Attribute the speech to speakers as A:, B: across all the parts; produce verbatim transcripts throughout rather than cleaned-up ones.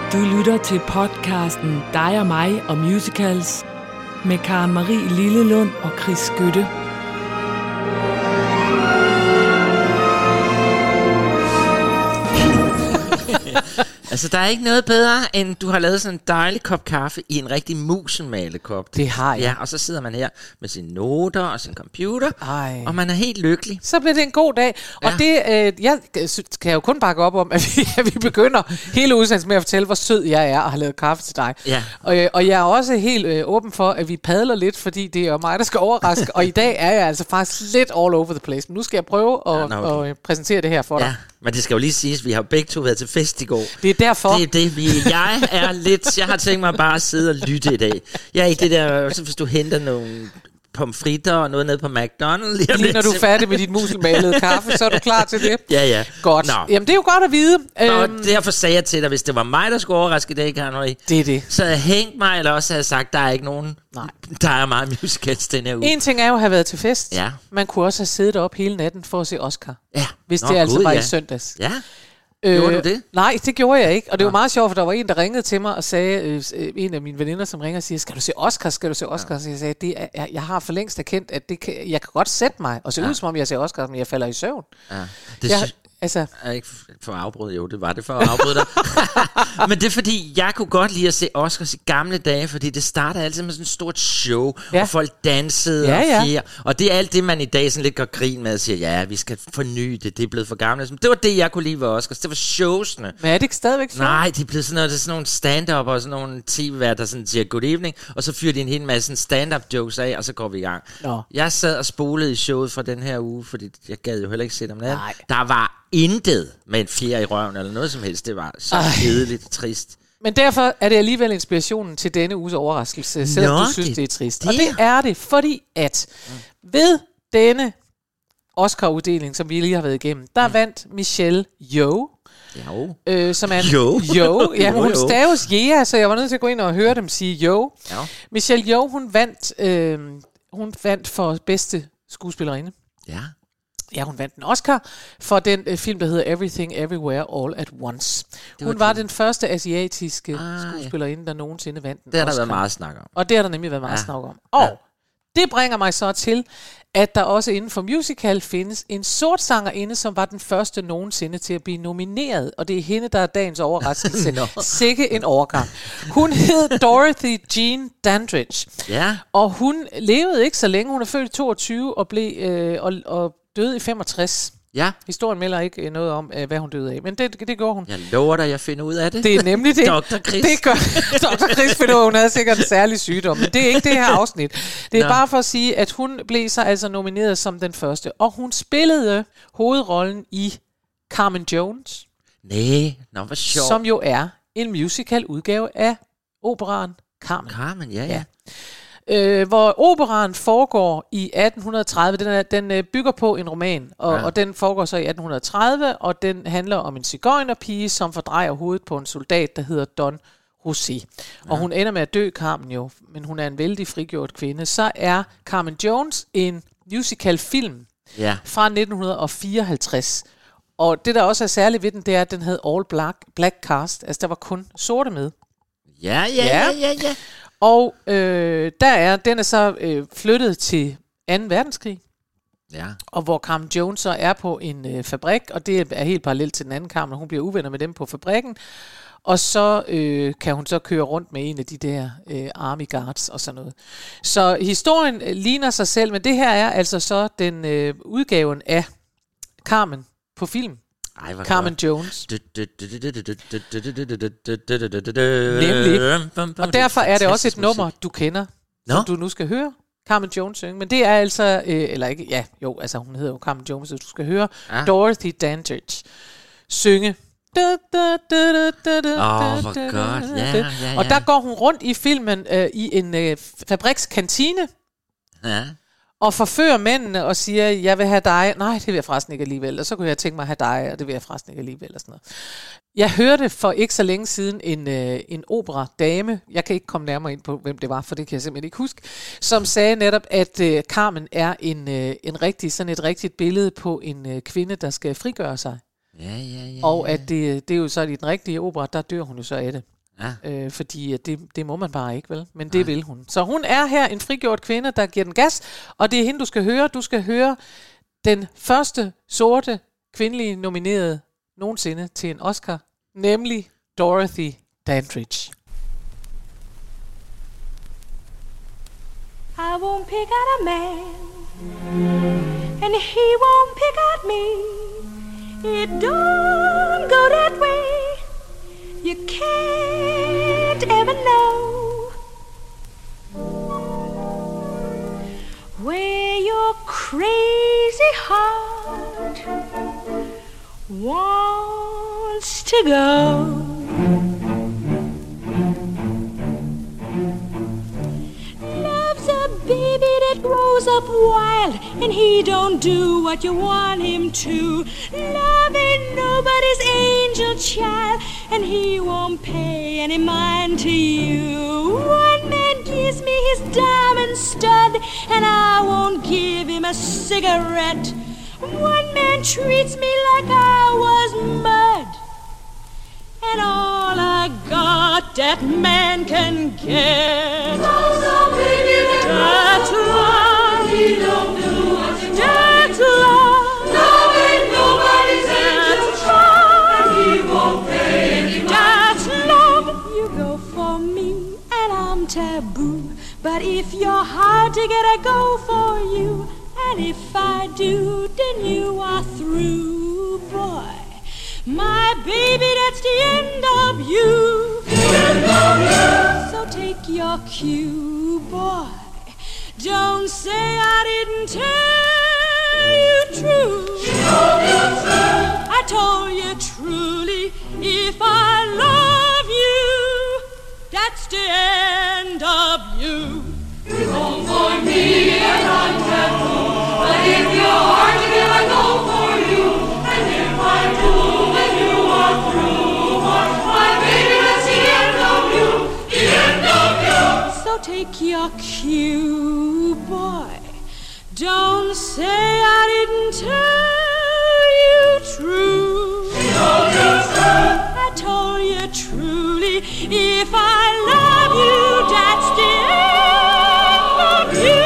A: Du lytter til podcasten Dig og mig og musicals med Karen Marie Lillelund og Chris Skytte.
B: Altså, der er ikke noget bedre, end du har lavet sådan en dejlig kop kaffe i en rigtig musenmalekop.
C: Det har jeg.
B: Ja, og så sidder man her med sine noter og sin computer,
C: Ej.
B: og man er helt lykkelig.
C: Så bliver det en god dag. Og
B: Ja.
C: det, øh, jeg kan jo kun bakke op om, at vi, at vi begynder hele udsendelsen med at fortælle, hvor sød jeg er og har lavet kaffe til dig.
B: Ja.
C: Og, øh, og jeg er også helt øh, åben for, at vi padler lidt, fordi det er jo mig, der skal overraske. Og i dag er jeg altså faktisk lidt all over the place. Men nu skal jeg prøve at,
B: Ja, nå, okay.
C: at, at præsentere det her for dig.
B: Ja, men det skal jo lige siges, vi har begge to været til fest i går.
C: Det er derfor.
B: Det er det, vi... Jeg er lidt... Jeg har tænkt mig bare at sidde og lytte i dag. Jeg er ikke det der... Så hvis du henter nogle pomfritter og noget ned på McDonald's... Lige,
C: Lige når du er færdig med dit muselmalede kaffe, så er du klar til det.
B: Ja, ja.
C: Godt.
B: Nå.
C: Jamen, det er jo godt at vide.
B: Og
C: Øhm,
B: derfor sagde jeg til dig, hvis det var mig, der skulle overraske i dag, Karen Marie,
C: det er det.
B: så havde jeg hængt mig, eller også havde jeg sagt, der er ikke nogen...
C: Nej.
B: Der er meget musicals den her uge.
C: En ting er jo at have været til fest.
B: Ja.
C: Man kunne også have siddet op hele natten for at se Oscar.
B: Ja.
C: Hvis
B: Nå,
C: det altså
B: Gud,
C: var
B: ja.
C: i søndags.
B: Ja.
C: Øh,
B: Gjorde du det?
C: Nej, det gjorde jeg ikke. Og det var
B: Nå.
C: meget sjovt, for der var en, der ringede til mig og sagde, øh, øh, en af mine veninder, som ringer og siger, skal du se Oscar, skal du se Oscar? Ja. Så jeg sagde, det er, jeg, jeg har for længst erkendt, at det kan, jeg kan godt sætte mig og se
B: Ja.
C: ud, som om jeg ser Oscar, men jeg falder i søvn.
B: Ja. Det
C: Jeg,
B: synes
C: altså,
B: jeg ikke for at afbryde. Jo, det var det for at afbryde dig. Men det er fordi, jeg kunne godt lide at se Oscars i gamle dage, fordi det startede altid med sådan et stort show,
C: Ja.
B: og folk dansede
C: Ja,
B: og
C: ja.
B: fjer. Og det er alt det, man i dag sådan lidt gør grin med og siger, ja, vi skal forny det, det er blevet for gamle. Men det var det, jeg kunne lide ved Oscars. Det var showsene.
C: men er det ikke stadigvæk så?
B: Nej, de er blevet sådan noget, det er sådan nogle stand-up og sådan nogle tv-værter, der sådan siger good evening, og så fyrer de en hel masse sådan stand-up jokes af, og så går vi i gang.
C: Nå.
B: Jeg sad og spolede i showet fra den her uge, fordi jeg gad jo heller ikke se dem natten.
C: Nej.
B: Der var intet med en fjer i røven eller noget som helst. Det var så
C: Ej.
B: kedeligt trist.
C: Men derfor er det alligevel inspirationen til denne uges overraskelse, selvom
B: Nå,
C: du synes,
B: det-
C: det er trist.
B: det-
C: Og det er det, fordi at ved denne Oscar-uddeling, som vi lige har været igennem, der
B: Mm.
C: vandt Michelle Yeoh,
B: Jo.
C: øh, som er en
B: Yeoh?
C: Yeoh. Ja,
B: Jo,
C: hun
B: jo.
C: staves Yea, så jeg var nødt til at gå ind og høre dem sige Yeoh.
B: Ja.
C: Michelle Yeoh, hun vandt, øh, hun vandt for bedste skuespillerinde.
B: Ja.
C: Ja, hun vandt en Oscar for den øh, film, der hedder Everything Everywhere All at Once.
B: var
C: Hun var
B: det.
C: den første asiatiske
B: Ah, ja.
C: skuespillerinde, der nogensinde vandt en
B: Det har der
C: Oscar.
B: været meget snak om.
C: Og det har der nemlig været meget
B: Ja.
C: snak om. Og
B: Ja.
C: det bringer mig så til, at der også inden for musical findes en sort sangerinde, som var den første nogensinde til at blive nomineret. Og det er hende, der er dagens overraskelse.
B: Nå.
C: Sikke en overgang. Hun hed Dorothy Jean Dandridge.
B: Ja.
C: Og hun levede ikke så længe. Hun er født i toogtyve og, blev, øh, og, og døde i femogtres.
B: Ja.
C: Historien melder ikke øh, noget om, øh, hvad hun døde af. Men det, det gjorde hun.
B: Jeg lover dig, jeg finder ud af det.
C: Det er nemlig det.
B: doktor Chris.
C: Det gør doktor Chris, for hun havde sikkert en særlig sygdom. Men det er ikke det her afsnit. Det er
B: Nå.
C: bare for at sige, at hun blev så altså nomineret som den første. Og hun spillede hovedrollen i Carmen Jones,
B: Nej, nå, hvor sjovt.
C: som jo er en musical udgave af operaen Carmen.
B: Carmen, ja, ja.
C: Ja. Øh, hvor operaen foregår i atten tredive. Den, er, den øh, bygger på en roman, og,
B: Ja.
C: og den foregår så i atten tredive, og den handler om en sigøjnerpige, som fordrejer hovedet på en soldat, der hedder Don José. Og hun ender med at dø, Carmen jo, men hun er en vældig frigjort kvinde. Så er Carmen Jones en musical-film
B: Ja.
C: fra nitten fireoghalvtreds. Og det, der også er særligt ved den, det er, at den hed All Black, Black Cast. Altså, der var kun sorte med.
B: Ja, ja, ja, ja, ja.
C: Og øh, der er, den er så øh, flyttet til anden verdenskrig,
B: Ja.
C: og hvor Carmen Jones så er på en øh, fabrik, og det er helt parallelt til den anden Carmen, og hun bliver uvenner med dem på fabrikken, og så øh, kan hun så køre rundt med en af de der øh, Army Guards og sådan noget. Så historien øh, ligner sig selv, men det her er altså så den øh, udgaven af Carmen på film.
B: Ej, hvor
C: Carmen
B: godt.
C: Jones.
B: Nemlig.
C: Og derfor er det også et nummer, du kender,
B: Nå.
C: som du nu skal høre Carmen Jones synge. Men det er altså, øh, eller ikke, ja, jo, altså hun hedder jo Carmen Jones, så du skal høre
B: Ja.
C: Dorothy Dandridge synge. Åh,
B: Åh, hvor godt. Ja, ja, ja.
C: Og der går hun rundt i filmen øh, i en øh, fabrikskantine,
B: Ja.
C: og forfører mændene og siger, jeg vil have dig. Nej, det vil jeg forresten ikke alligevel. Og så kunne jeg tænke mig at have dig, og det vil jeg forresten ikke alligevel. Og sådan noget. Jeg hørte for ikke så længe siden en, øh, en opera-dame, jeg kan ikke komme nærmere ind på, hvem det var, for det kan jeg simpelthen ikke huske, som sagde netop, at øh, Carmen er en, øh, en rigtig, sådan et rigtigt billede på en øh, kvinde, der skal frigøre sig.
B: Ja, ja, ja.
C: Og at det, det er jo så i den rigtige opera, der dør hun jo så af det.
B: Ja.
C: Øh, fordi det, det må man bare ikke, vel? Men det Nej. vil hun. Så hun er her en frigjort kvinde, der giver den gas, og det er hende, du skal høre. Du skal høre den første sorte kvindelige nominerede nogensinde til en Oscar, nemlig Dorothy Dandridge.
D: I won't pick out a man, and he won't pick out me. It don't go that way. You can't ever know where your crazy heart wants to go. A baby that grows up wild and he don't do what you want him to. Love ain't nobody's angel child and he won't pay any mind to you. One man gives me his diamond stud and I won't give him a cigarette. One man treats me like I was mud and all I got that man can get. That's love. He don't do what you That's love. Love ain't nobody's angel child. And he won't pay any mind. That's love. You go for me and I'm taboo. But if you're hard to get, I go for you. And if I do, then you are through, boy. My baby, that's the end of you. The end of you. So take your cue, boy. Don't say I didn't tell you true. She told you true. I told you truly. If I love you, that's the end of you. You go for me and I'm taboo. But if you're hard to get, I go for you. And if I do, then you are through. My baby, that's the end of you. The end of you. So take your cue, boy. Don't say I didn't tell you true. She told you true. I told you truly. If I love you, that's the end of you.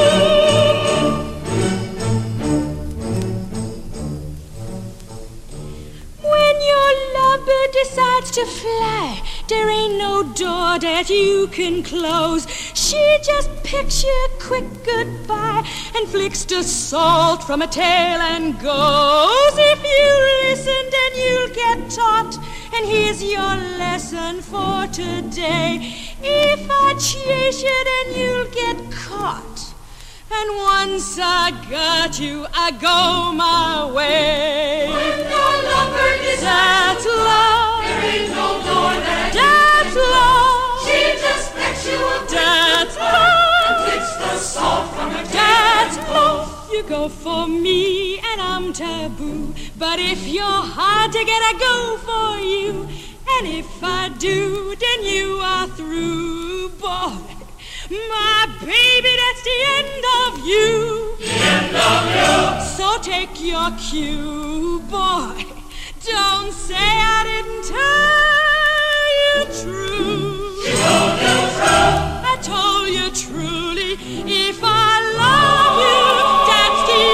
D: When your lovebird decides to fly, there ain't no door that you can close. She just picks you a quick goodbye and flicks the salt from her tail and goes. If you listen, then you'll get taught. And here's your lesson for today. If I chase you, then you'll get caught. And once I got you, I go my way. When your lovebird is that's love. There ain't no door that that's love. She just picks you up. That's love. And takes the salt from her tail. That's love. You go for me and I'm taboo. But if you're hard to get, I go for you. And if I do, then you are through, boy. My baby, that's the end of you. The end of you. So take your cue, boy. Don't say I didn't tell you true. She told you true. I told you truly. If I love you, that's the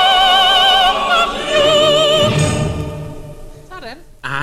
D: end of you.
C: Sådan.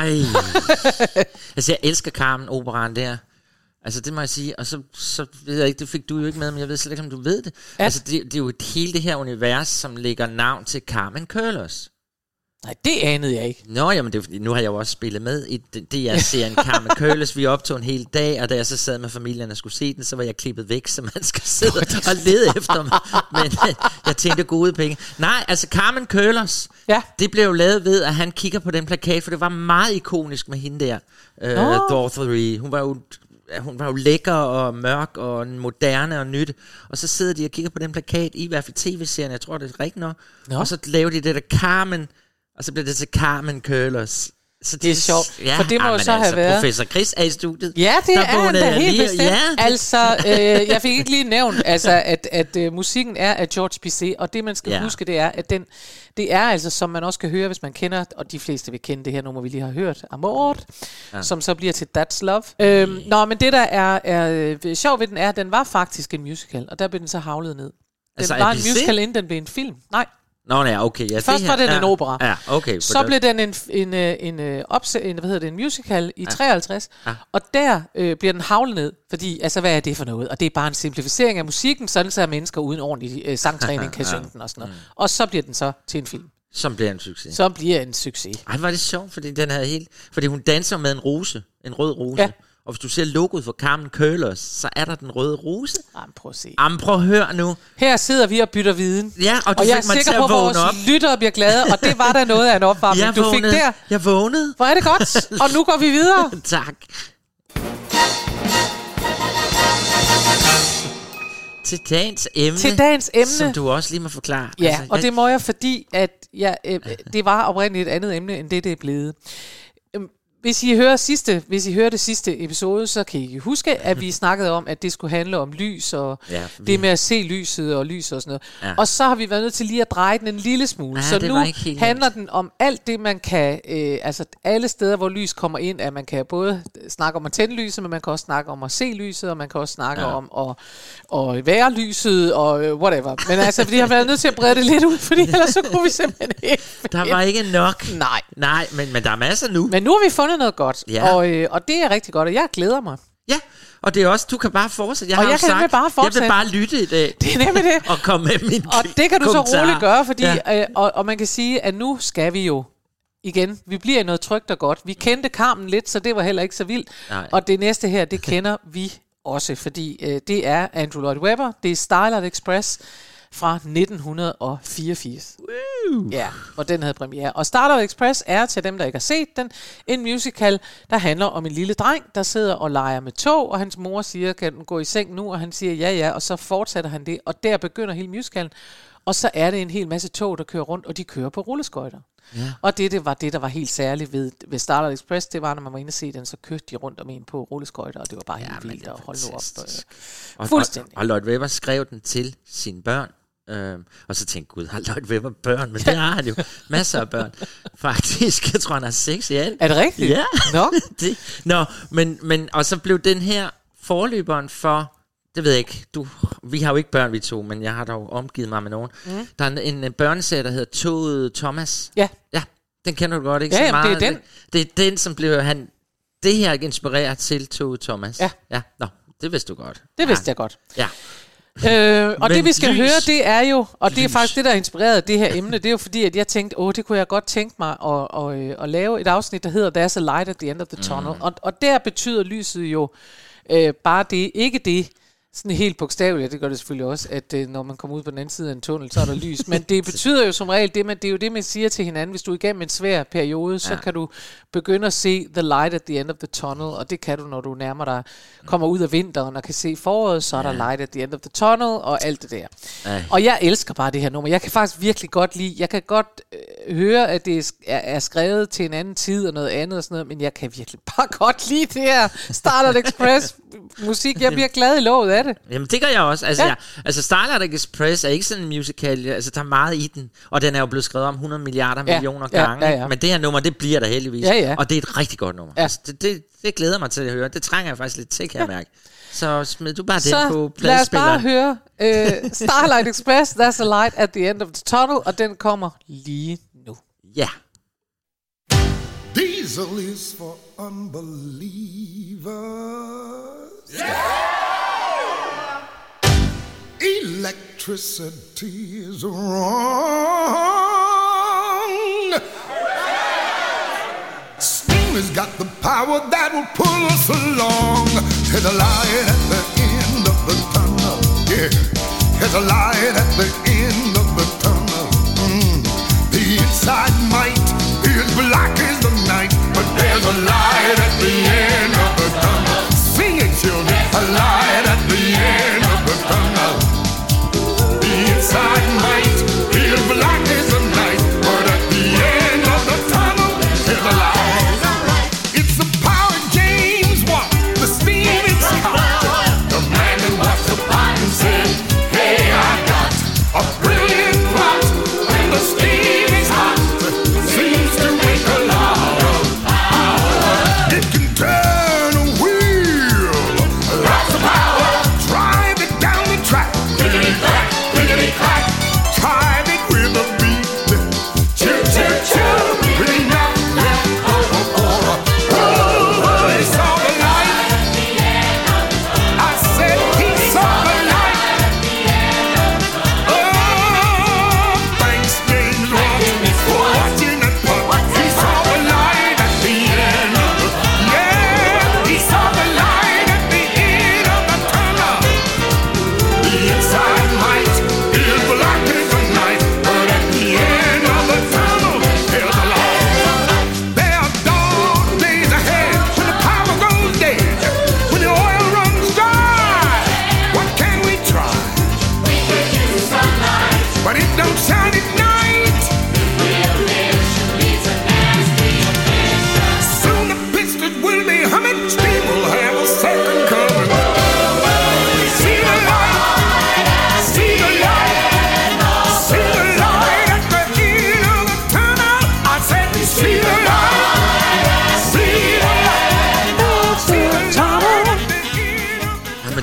B: Ej. Altså, jeg elsker Carmen-operaen der. Altså, det må jeg sige. Og så, så ved jeg ikke, det fik du jo ikke med, men jeg ved slet ikke, om du ved det. Ja. Altså, det, det er jo hele det her univers, som lægger navn til Carmen Curlers.
C: Nej, det anede jeg ikke.
B: Nå, jamen, det, nu har jeg jo også spillet med i det, det jeg ser en Carmen Curlers. Vi optog en hel dag, og da jeg så sad med familien og skulle se den, så var jeg klippet væk, så man skal sidde og lede efter mig. Men jeg tænkte gode penge. Nej, altså Carmen Curlers, ja. Det blev jo lavet ved, at han kigger på den plakat, for det var meget ikonisk med hende der, uh, Dorothy. Hun var jo... Hun var jo lækker og mørk og moderne og nyt. Og så sidder de og kigger på den plakat, i hvert fald tv-serien, jeg tror det er rigtigt nok. Nå. Og så laver de det der Carmen, og så bliver det til Carmen Curlers. Så
C: det er sjovt.
B: Ja,
C: for det må jo så
B: altså,
C: have været...
B: Professor Chris er i studiet.
C: Ja, det
B: der
C: er han da helt
B: lige,
C: bestemt.
B: Ja.
C: Altså, øh, jeg fik ikke lige nævnt, altså, at, at uh, musikken er af George Bizet, og det man skal ja. huske, det er, at den, det er altså, som man også kan høre, hvis man kender, og de fleste vil kende det her nummer, vi lige har hørt, Amort, ja. som så bliver til That's Love. Øhm, nå, men det der er, er øh, sjovt ved den er, at den var faktisk en musical, og der blev den så havlet ned. Den altså, var en musical, inden den blev en film. Nej.
B: Nå, nej, okay. Ja,
C: Først
B: det
C: var den
B: ja.
C: en opera.
B: Ja, okay.
C: Så blev den en en en, en, opse, en hvad hedder det, en musical i ja. treoghalvtreds, ja. og der øh, bliver den havlet ned, fordi altså hvad er det for noget? Og det er bare en simplificering af musikken, sådan så mennesker uden ordentlig øh, sangtræning kan synge den og sådan noget. Mm. Og så bliver den så til en film.
B: Som bliver en succes.
C: Som bliver en succes.
B: Ej, var det sjovt, fordi den havde helt, fordi hun danser med en rose, en rød rose. Ja. Og hvis du ser logoet for Carmen Køhlers, så er der den røde rose.
C: Jamen, prøv at se.
B: Jamen, prøv at høre nu.
C: Her sidder vi og bytter viden.
B: Ja, og du
C: og
B: fik
C: jeg er
B: mig
C: sikker
B: til
C: på,
B: at
C: at
B: vågne
C: vores
B: op.
C: lyttere bliver glade, og det var der noget af en opvarmning,
B: jeg
C: du
B: vågnede.
C: fik der.
B: Jeg vågnede.
C: Hvor er det godt, og nu går vi videre.
B: Tak. Til dagens emne.
C: Til dagens emne.
B: Som du også lige må forklare.
C: Ja,
B: altså,
C: og
B: jeg...
C: det må jeg, fordi at jeg, øh, det var oprindeligt et andet emne, end det, det er blevet. Hvis I hører sidste, hvis I hører det sidste episode, så kan I huske, at vi snakkede om, at det skulle handle om lys og ja, vi... det med at se lyset og lys og sådan noget. Ja. Og så har vi været nødt til lige at dreje den en lille smule. Ja, så nu handler den om alt det, man kan, øh, altså alle steder, hvor lys kommer ind, at man kan både snakke om at tænde lyset, men man kan også snakke om at se lyset, og man kan også snakke ja. om at, at være lyset og øh, whatever. Men altså, vi har været nødt til at brede det lidt ud, fordi ellers så kunne vi simpelthen ikke.
B: Der var ikke nok.
C: Nej.
B: Nej, men, men der er masser nu.
C: Men nu har vi fundet noget godt,
B: ja.
C: og, øh, og det er rigtig godt, og jeg glæder mig.
B: Ja, og det er også, du kan bare fortsætte. Jeg
C: og
B: har
C: jeg kan
B: sagt,
C: bare fortsætte.
B: Jeg vil bare lytte i dag.
C: Det er nemlig det.
B: Og komme med min
C: Og det kan du
B: kommentar.
C: så roligt gøre, fordi,
B: ja.
C: øh, og, og man kan sige, at nu skal vi jo igen, vi bliver i noget trygt og godt. Vi kendte Carmen lidt, så det var heller ikke så vildt. Nej. Og det næste her, det kender vi også, fordi øh, det er Andrew Lloyd Webber, det er Starlight Express fra nitten fireogfirs.
B: Woo.
C: Ja, hvor den havde premiere. Og Starlight Express er, til dem, der ikke har set den, en musical, der handler om en lille dreng, der sidder og leger med tog, og hans mor siger, kan den gå i seng nu? Og han siger, ja, ja, og så fortsætter han det, og der begynder hele musicalen. Og så er det en hel masse tog, der kører rundt, og de kører på rulleskøjter. Ja. Og det, det var det, der var helt særligt ved, ved Starlight Express, det var, når man var inde og se den, så kørte de rundt om en på rulleskøjter, og det var bare ja, helt vildt at holde nu op.
B: Og, Fuldstændig. Og, og Lloyd Webber skrev den til sine børn, øhm, og så tænkte Gud, har Lloyd Webber børn? Men det har han jo, masser af børn. Faktisk, jeg tror, han har seks i alt.
C: Er det rigtigt?
B: Ja.
C: Nå,
B: det, Nå men, men, og så blev den her forløberen for... Det ved jeg ikke. Du, vi har jo ikke børn, vi to, men jeg har dog omgivet mig med nogen. Mm. Der er en, en børneserie, der hedder Toget Thomas.
C: Ja.
B: Ja, den kender du godt, ikke?
C: Ja,
B: så
C: jamen,
B: meget.
C: det er den.
B: Det, det er den, som blev han... Det her inspirerer til Toget Thomas.
C: Ja.
B: Ja, nå, det vidste du godt.
C: Det vidste ja. jeg godt.
B: Ja.
C: Øh, og
B: men
C: det vi skal
B: lys.
C: høre, det er jo, og
B: lys.
C: det er faktisk det, der har inspireret det her emne, det er jo fordi, at jeg tænkte, åh, det kunne jeg godt tænke mig at, at, at, at lave et afsnit, der hedder There's a Light at the End of the Tunnel. Mm. Og, og der betyder lyset jo øh, bare det, ikke det, sådan helt bogstaveligt, det gør det selvfølgelig også, at øh, når man kommer ud på den anden side af en tunnel, så er der lys. Men det betyder jo som regel, det, man, det er jo det, man siger til hinanden. Hvis du er igennem en svær periode, ja. så kan du begynde at se the light at the end of the tunnel, og det kan du, når du nærmer dig, kommer ud af vinteren og kan se foråret, så er der ja. light at the end of the tunnel, og alt det der. Ej. Og jeg elsker bare det her nummer. Jeg kan faktisk virkelig godt lide, jeg kan godt øh, høre, at det er, er skrevet til en anden tid og noget andet og sådan noget, men jeg kan virkelig bare godt lide det her Starlight Express musik. Jeg bliver glad i låget af det.
B: Jamen det gør jeg også. Altså,
C: ja.
B: ja, altså Starlight Express er ikke sådan en musical. Altså der er meget i den, og den er jo blevet skrevet om hundrede milliarder ja. millioner
C: ja,
B: gange.
C: Ja, ja.
B: Men det her nummer, det bliver der heldigvis.
C: Ja, ja.
B: Og det er et rigtig godt nummer. Ja. Altså, det, det, det glæder mig til at høre. Det trænger jeg faktisk lidt til, kan ja. jeg mærke. Så smid du bare
C: så
B: den på
C: lad
B: pladespilleren.
C: os bare høre uh, Starlight Express, There's a Light at the End of the Tunnel, og den kommer lige nu.
B: Ja. Yeah.
E: Diesel is for unbelievers. Yeah! Electricity is wrong. Steam has got the power that will pull us along. There's a light at the end of the tunnel. Yeah, there's a light at the end of the tunnel. Mm. The inside might be as black as the night, but there's a light at the end of the tunnel. Sing it, children. A light at the end of the tunnel. The inside might be as black as the night, but at the end of the tunnel, there's a light.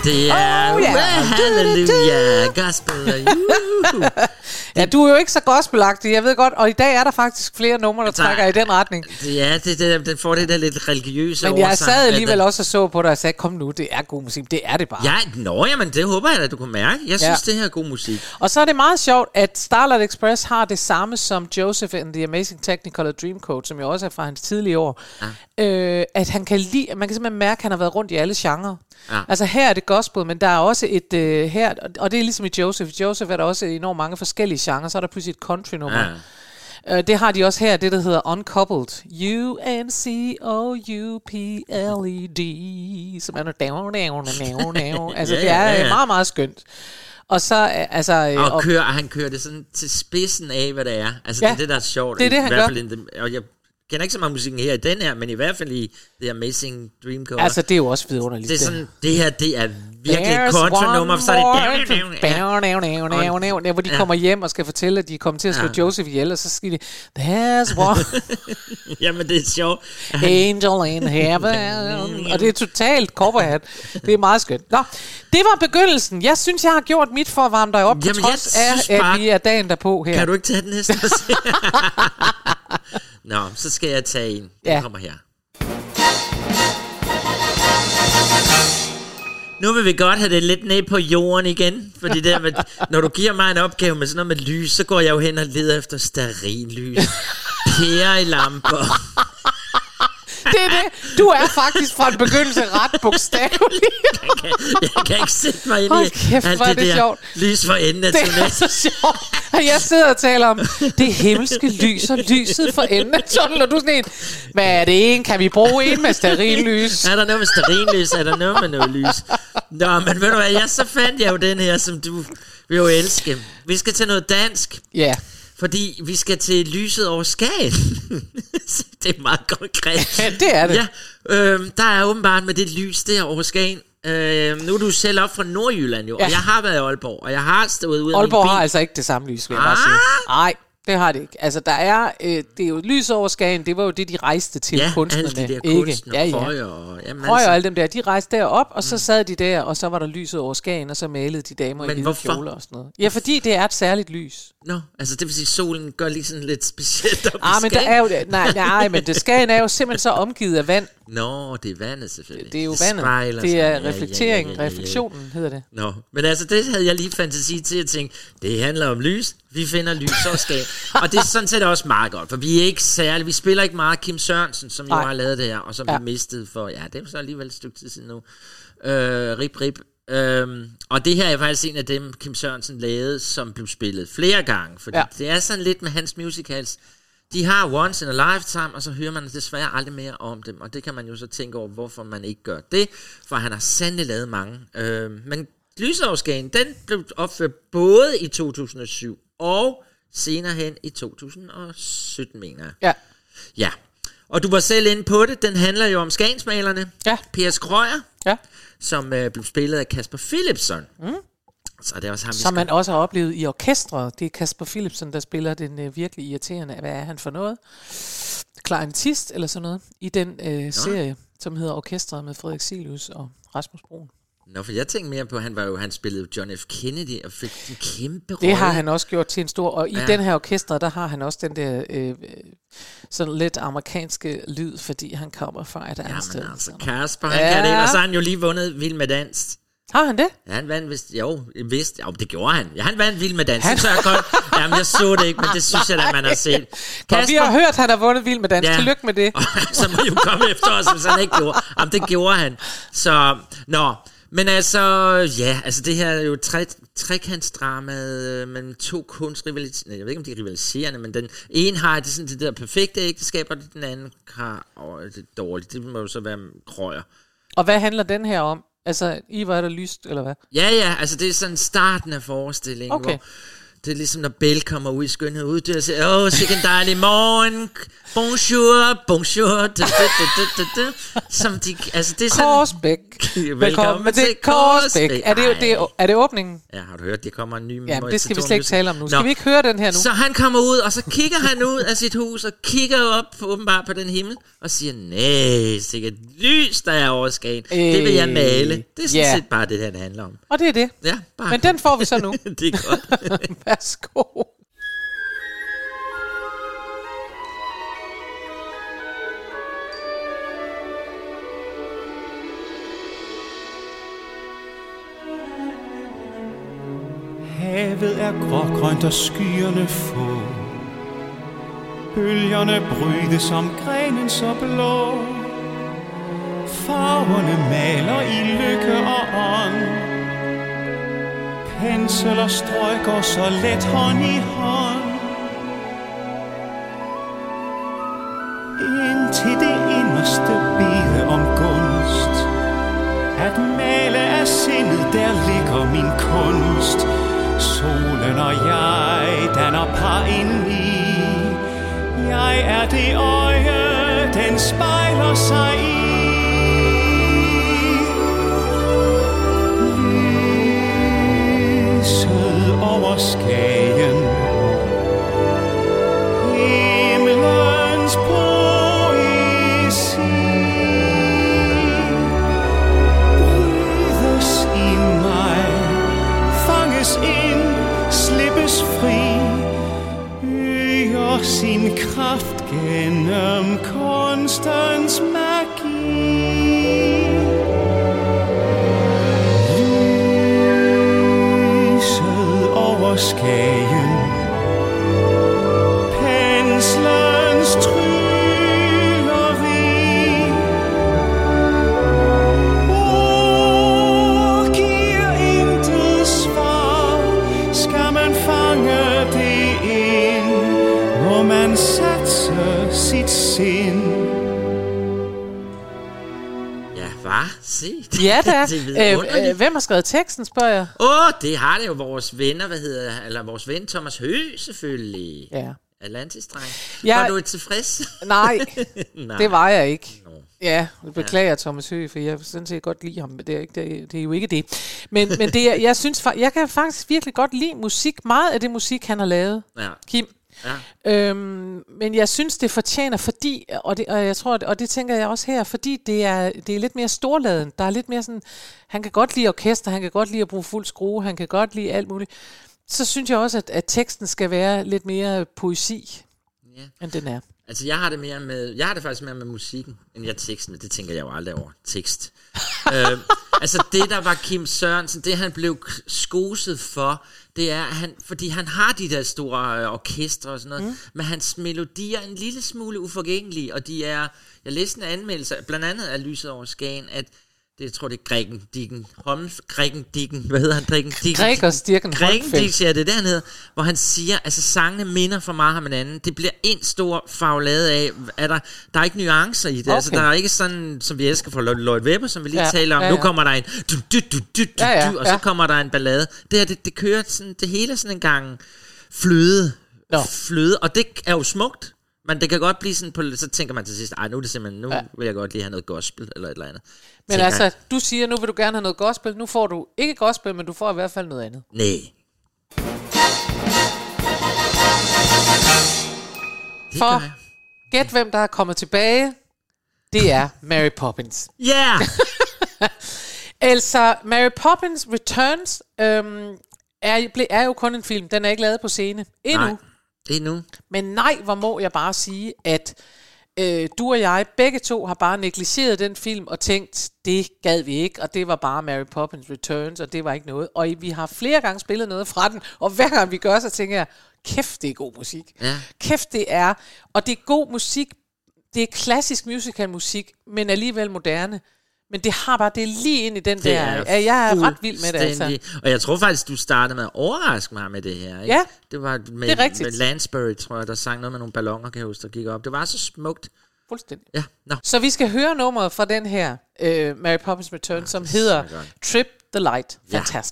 B: det er
C: Oh, yeah.
B: uh, halleluja, gospel. Uh.
C: Ja, du er jo ikke så gospelagtig, jeg ved godt. Og i dag er der faktisk flere numre, der trækker i den retning.
B: Ja, det, det, den får det der lidt religiøse
C: Men jeg
B: oversang,
C: sad alligevel
B: det,
C: også og så på dig og sagde, kom nu, det er god musik. Det er det bare.
B: Ja, nå, jamen, det håber jeg, at du kunne mærke. Jeg synes,
C: Ja.
B: det her er god musik.
C: Og så er det meget sjovt, at Starlight Express har det samme som Joseph and the Amazing Technicolor Dreamcoat, som jo også er fra hans tidlige år. Ja. Øh, at han kan lide, man kan simpelthen mærke, at han har været rundt i alle genrer. Ja. Altså her er det gospel, men der er også et øh, her, og det er ligesom i Joseph. I Joseph er der også enormt mange forskellige genrer, så er der pludselig et country-nummer. Ja. Øh, det har de også her, det der hedder Uncoupled. U N C O U P L E D, som er noget down, down, down, down. Altså
B: ja,
C: det er
B: ja, ja.
C: meget, meget skønt. Og så, altså...
B: Og,
C: og
B: kører, han kører det sådan til spidsen af, hvad det er. Altså,
C: ja,
B: det er det, der er sjovt.
C: det er det,
B: I
C: han
B: hvert
C: gør.
B: fald the, og jeg kender ikke så meget musikken her i den her, men i hvert fald i The Amazing Dreamcoat.
C: Altså, det er jo også vidunderligt.
B: Det er sådan, det her, det er virkelig et
C: There's
B: country-nummer, så er det...
C: det hvor de kommer hjem og skal fortælle, at de kommer til at slå
B: Ja.
C: Joseph ihjel, og så skal de, there's one
B: Jamen, det er sjovt.
C: angel in heaven. Og det er totalt cowboyhat. Det er meget skønt. Nå, det var begyndelsen. Jeg synes, jeg har gjort mit for at varme dig op, på
B: Jamen, jeg
C: trods af,
B: synes bare-
C: at vi er dagen derpå her.
B: Kan du ikke tage den næste? Nå, så skal jeg tage en. Den
C: Ja.
B: kommer her. Nu vil vi godt have det lidt ned på jorden igen, fordi det med, når du giver mig en opgave med sådan noget med lys, så går jeg jo hen og leder efter stearinlys, pære i lamper.
C: Det er det. Du er faktisk fra en begyndelse ret bogstavelig.
B: Jeg kan, jeg kan ikke sætte mig ind
C: Hold
B: i
C: kæft,
B: alt
C: hvor er
B: det
C: det
B: der
C: sjovt.
B: lys for enden af
C: Det er
B: tunnelen.
C: så sjovt. Og jeg sidder og taler om det himmelske lys og lyset for enden af tunnelen, og du er sådan en, hvad er det en? Kan vi bruge en med stearinlys?
B: Er der noget med stearinlys? Er der noget med noget lys? Nå, men ved du hvad, jeg, så fandt jeg jo den her, som du vil jo elske. Vi skal til noget dansk.
C: Ja.
B: Fordi vi skal til lyset over Skagen. Det er meget konkret.
C: Ja, det er det.
B: Ja, øh, der er åbenbart med det lys der over Skagen. Øh, nu er du selv op fra Nordjylland jo, ja. Og jeg har været i Aalborg, og jeg har stået ude af min bil.
C: Aalborg har altså ikke det samme lys, vil jeg bare sige.
B: Ah!
C: Nej, det har det ikke. Altså, der er, øh, det er jo lys over Skagen, det var jo det, de rejste til,
B: Ja,
C: kunstnerne.
B: alle de der
C: ikke?
B: kunstnere,
C: Ja, ja.
B: Højer og... Jamen,
C: Højer
B: altså,
C: og alle dem der, de rejste derop, og så sad de der, og så var der lyset over Skagen, og så malede de damer
B: Men
C: i hvide
B: hvorfor?
C: kjoler og sådan noget. Ja, fordi det er et særligt lys.
B: Nå, altså det vil sige, solen gør lige sådan lidt specielt op
C: Ah,
B: i
C: men der
B: Skagen.
C: er jo, nej, nej, men det Skagen er jo simpelthen så omgivet af vand.
B: Nå, det er vandet selvfølgelig.
C: Det er jo
B: spejler
C: vandet. Det
B: sig.
C: er
B: Ja, ja,
C: reflekteringen,
B: ja, ja, ja, ja.
C: refleksionen hedder det.
B: Nå, men altså det havde jeg lige fantasi til at tænke, det handler om lys, vi finder lys og Skagen. Og det er sådan set også meget godt, for vi er ikke særlig, vi spiller ikke meget Kim Sørensen, som jo
C: Nej.
B: har lavet det her, og som
C: Ja.
B: vi mistede for, ja, det er jo så alligevel et stykke tid siden nu. Øh, rip, rip. Øhm, og det her er faktisk en af dem, Kim Sørensen lavede, som blev spillet flere gange, fordi
C: Ja.
B: det er sådan lidt med hans musicals. De har once in a lifetime, og så hører man desværre aldrig mere om dem. Og det kan man jo så tænke over, hvorfor man ikke gør det. For han har sandelig lavet mange. Øh, men Lysoverskagen, den blev opført både i to tusind og syv og senere hen i to tusind og sytten, mener jeg.
C: Ja.
B: Ja. Og du var selv inde på det. Den handler jo om Skagensmalerne.
C: Ja.
B: Per Skrøyer,
C: Ja.
B: som øh, blev spillet af Kasper Philipsen. Mm. Så det er også ham, vi
C: Som
B: skal...
C: man også har oplevet i orkestret. Det er Kasper Philipsen, der spiller den øh, virkelig irriterende. Hvad er han for noget? Klarinettist eller sådan noget. I den øh, serie, som hedder Orkestret med Frederik Silius og Rasmus Broen.
B: Nå, for jeg tænkte mere på, han var jo, han spillede John F. Kennedy og fik en kæmpe rolle.
C: Det har han også gjort til en stor... Og i
B: Ja.
C: den her orkester, der har han også den der øh, sådan lidt amerikanske lyd, fordi han kommer fra et andet sted.
B: Jamen altså,
C: Sådan.
B: Kasper, han
C: Ja.
B: kan det, og så har han jo lige vundet Vild med Dans.
C: Har han det?
B: Ja, han vandt vist, jo, vist, jo, det gjorde han. Ja, han vandt Vild med Dans, han... så jeg godt. Jamen, jeg så det ikke, men det synes jeg da, man har set.
C: Og vi har hørt, at han har vundet Vild med Dans. Ja. Tillykke med det.
B: Så må jo komme efter os, hvis han ikke gjorde. Jamen, det gjorde han. Så, nå, men altså, ja, altså det her er jo tre, trekantsdramaet øh, mellem to kunstrivaliserende, jeg ved ikke, om de er rivaliserende, men den ene har det sådan det der perfekte ægteskab, og den anden har åh, det er dårligt. Det må jo så være Krøyer.
C: Og hvad handler den her om? Altså, I var der lyst, eller hvad?
B: Ja, ja, altså det er sådan starten af forestillingen,
C: Okay.
B: hvor Det er ligesom, når Belle kommer ud i skønhed ud, og siger, åh, sikke en dejlig morgen, bonjour, bonjour, da, da, da, da, da. Som de, altså det er sådan...
C: Korsbæk. Velkommen til Korsbæk. Er det, det, er det åbningen?
B: Ja, har du hørt, det kommer en ny...
C: Ja, det skal vi slet ikke tale om nu. Skal Nå. vi ikke høre den her nu?
B: Så han kommer ud, og så kigger han ud af sit hus, og kigger op på, åbenbart på den himmel, og siger, nej, sikkert lys, der er over Skagen. Øh, det vil jeg male. Det er sådan yeah. set bare det, det handler om.
C: Og det er det.
B: Ja, bare
C: Men kom. Den får vi så nu.
B: Det er godt.
C: Værsgo.
F: Havet er grågrønt og skyerne få. Bølgerne brydes som grenen så blå. Farverne maler i lykke og ånd. Pensel og strøg går så let hånd i hånd. Indtil det inderste bede om gunst. At male af sindet, der ligger min kunst. Solen og jeg danner par indeni. Jeg er det øje, den spejler sig i. Lyset over Skagen. Himlens poesi. Brydes i mig. Fanges ind. Slippes fri. Øger sin kraft gennem kunstens magi. Lyset over Skagen. Penslens trylleri. Ord giver intet svar. Skal man fange det ind, må man satse sit sind.
B: Ja, hvad? Se.
C: Ja da. øh, øh, hvem har skrevet teksten, spørger jeg?
B: Åh, oh, det har det jo vores venner, hvad hedder, eller vores ven Thomas Høgh selvfølgelig.
C: Ja.
B: Atlantis-dreng.
C: Jeg...
B: Var du tilfreds?
C: Nej,
B: Nej,
C: det var jeg ikke.
B: Nå.
C: Ja, jeg beklager ja. Thomas Høgh, for jeg sådan set godt lide ham, men det er, ikke, det er, det er jo ikke det. Men, men det er, jeg synes, jeg kan faktisk virkelig godt lide musik, meget af det musik, han har lavet,
B: Ja.
C: Kim.
B: Ja.
C: Øhm, men jeg synes, det fortjener, fordi, og det, og jeg tror, og det tænker jeg også her, fordi det er, det er lidt mere storladen. Der er lidt mere sådan, han kan godt lide orkester, han kan godt lide at bruge fuld skrue, han kan godt lide alt muligt. Så synes jeg også, at, at teksten skal være lidt mere poesi,
B: Ja.
C: end den er.
B: Altså jeg har det mere med, jeg har det faktisk mere med musikken, end jeg teksten. Det tænker jeg jo aldrig over. Tekst. øh, altså det der var Kim Sørensen, det han blev skoset for, det er han, fordi han har de der store øh, orkestre og sådan noget, mm. men hans melodier er en lille smule uforgængelige, og de er, jeg læste en anmeldelse, blandt andet af Lyset over Skagen, at det, jeg tror, det er Gregen Dicken Holms, Gregen Dicken, hvad hedder han? Gregen Dicken.
C: Gregers Dirken
B: Gregen Dicken, ja, det er der, han hedder, hvor han siger, altså sangene minder for meget om hinanden. Det bliver en stor faglade af, er der, der er ikke nuancer i det. Okay. Altså, der er ikke sådan, som vi elsker fra Lloyd Webber, som vi lige ja, taler om. Ja, ja. Nu kommer der en, du, du, du, du,
C: ja, ja,
B: du, og så ja. kommer der en ballade. Det her, det, det kører sådan, det hele sådan en gang fløde.
C: Nå.
B: Fløde, og det er jo smukt. Men det kan godt blive sådan på, så tænker man til sidst, ej, nu er det simpelthen, nu ja. vil jeg godt lige have noget gospel, eller et eller andet.
C: Men
B: tænker
C: altså,
B: jeg,
C: du siger, nu vil du gerne have noget gospel, nu får du ikke gospel, men du får i hvert fald noget andet.
B: Nej.
C: For gæt hvem der er kommet tilbage, det er Mary Poppins.
B: Ja! Yeah.
C: Altså, Mary Poppins Returns øhm, er, er jo kun en film, den er ikke lavet på scene endnu.
B: Nej. Endnu.
C: Men nej, hvor må jeg bare sige, at øh, du og jeg, begge to, har bare negligeret den film og tænkt, det gad vi ikke, og det var bare Mary Poppins Returns, og det var ikke noget. Og vi har flere gange spillet noget fra den, og hver gang vi gør, så tænker jeg, kæft, det er god musik.
B: Ja.
C: Kæft, det er, og det er god musik, det er klassisk musical musik, men alligevel moderne. Men det har bare, det er lige ind i den det der, er jeg er ret vild med det altså.
B: Og jeg tror faktisk, du startede med at overraske mig med det her, ikke?
C: Ja,
B: det var med,
C: det er rigtigt.
B: Med Lansbury, tror jeg, der sang noget med nogle balloner, kan jeg huske, der gik op. Det var så smukt.
C: Fuldstændig.
B: Ja, no.
C: Så vi skal høre nummeret fra den her uh, Mary Poppins Return, ja, som hedder Trip the Light. Fantastic.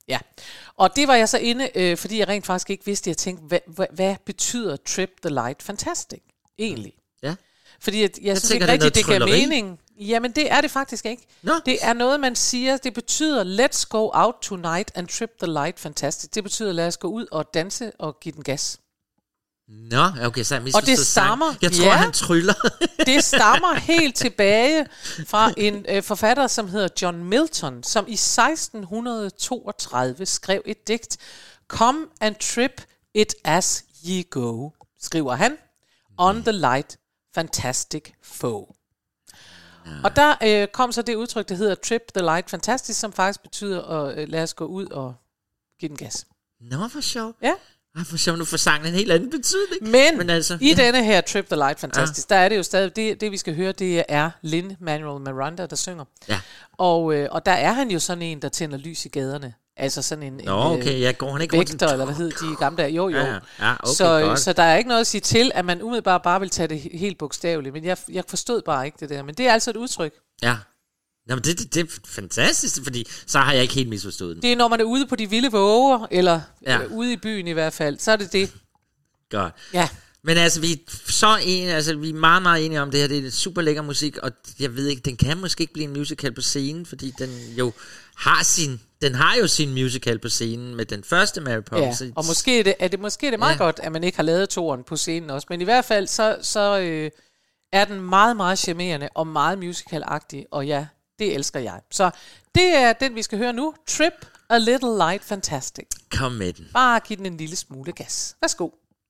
C: Ja, og det var jeg så inde, øh, fordi jeg rent faktisk ikke vidste, jeg tænkte, hvad, hvad, hvad betyder Trip the Light Fantastic egentlig?
B: Ja.
C: Fordi jeg, jeg, jeg synes
B: tænker,
C: ikke rigtigt, det,
B: det
C: det giver mening. Jamen det er det faktisk ikke.
B: Nå.
C: Det er noget, man siger, det betyder, let's go out tonight and trip the light fantastic. Det betyder, lad os gå ud og danse og give den gas.
B: Nå, okay, så jeg
C: Og det stammer,
B: sang. Jeg tror,
C: ja,
B: han tryller.
C: det stammer helt tilbage fra en øh, forfatter, som hedder John Milton, som i seksten toogtredive skrev et digt, Come and trip it as ye go, skriver han, on the light fantastic foe. Ja. Og der øh, kom så det udtryk, der hedder Trip the Light Fantastic, som faktisk betyder at øh, lade os gå ud og give den gas.
B: Nå, for sjov.
C: Ja.
B: Ej, for sjov, nu får sangen en helt anden betydning.
C: Men,
B: Men altså,
C: i
B: ja.
C: denne her Trip the Light Fantastic, ja. der er det jo stadig, det, det vi skal høre, det er Lin-Manuel Miranda, der synger.
B: Ja.
C: Og, øh, og der er han jo sådan en, der tænder lys i gaderne. Altså sådan en,
B: Nå,
C: en
B: okay, ja, går han ikke
C: vægter, eller hvad hed de i gamle dage? Jo, jo.
B: Ja, ja. Ja, okay,
C: så,
B: godt.
C: så der er ikke noget at sige til, at man umiddelbart bare vil tage det helt bogstaveligt. Men jeg, jeg forstod bare ikke det der. Men det er altså et udtryk.
B: Ja. Jamen, det, det, det er fantastisk, fordi så har jeg ikke helt misforstået den.
C: Det er, når man er ude på de vilde våger, eller
B: Ja.
C: øh, ude i byen i hvert fald, så er det det.
B: Godt.
C: Ja.
B: Men altså, vi er så enige, altså, vi er meget, meget enige om det her. Det er super lækker musik, og jeg ved ikke, den kan måske ikke blive en musical på scenen, fordi den jo har sin, den har jo sin musical på scenen med den første Mary Poppins.
C: Ja, og måske er det, er det, måske er det meget ja. godt, at man ikke har lavet toren på scenen også. Men i hvert fald, så, så øh, er den meget, meget charmerende og meget musicalagtig, og ja, det elsker jeg. Så det er den, vi skal høre nu. Trip a Little Light Fantastic.
B: Kom med den.
C: Bare giv den en lille smule gas. Værsgo.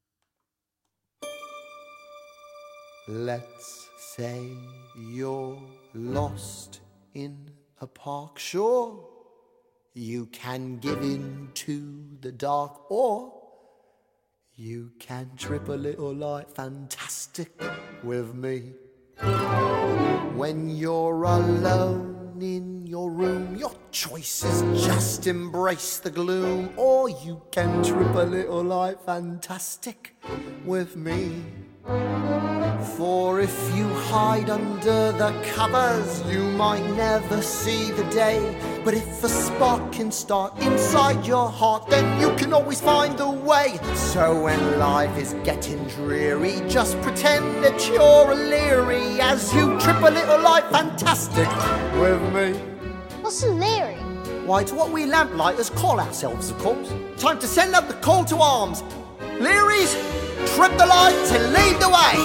G: Let's say you're lost in a park, sure. You can give in to the dark, or you can trip a little light fantastic with me. When you're alone in your room, your choice is just embrace the gloom, or you can trip a little light fantastic with me. For if you hide under the covers, you might never see the day. But if a spark can start inside your heart, then you can always find the way. So when life is getting dreary, just pretend that you're a leery as you trip a little light fantastic with me.
H: What's a leery?
G: Why, it's what we lamplighters call ourselves, of course. Time to send up the call to arms. Learys, trip the lights and lead the way.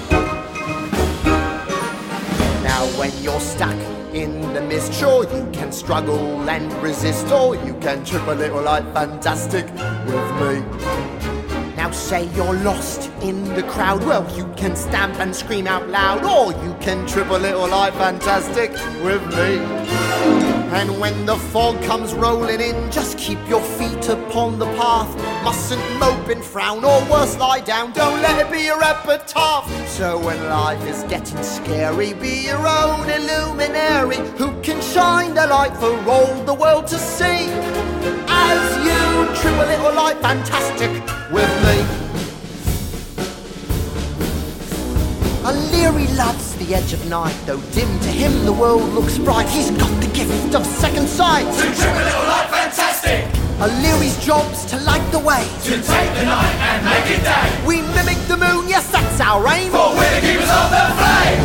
G: Now when you're stuck in the mist, sure you can struggle and resist, or you can trip a little light fantastic with me. Now say you're lost in the crowd, well you can stamp and scream out loud, or you can trip a little light fantastic with me. And when the fog comes rolling in, just keep your feet upon the path. Mustn't mope and frown, or worse lie down, don't let it be your epitaph. So when life is getting scary, be your own illuminary, who can shine the light for all the world to see, as you trip a little light fantastic with me. A leery loves the edge of night, though dim to him the world looks bright. He's got the gift of second sight.
I: To trip a little light fantastic.
G: A leery's job's to light the way,
I: to take the night and make it day.
G: We mimic the moon, yes that's our aim,
I: for we're the keepers of the flame.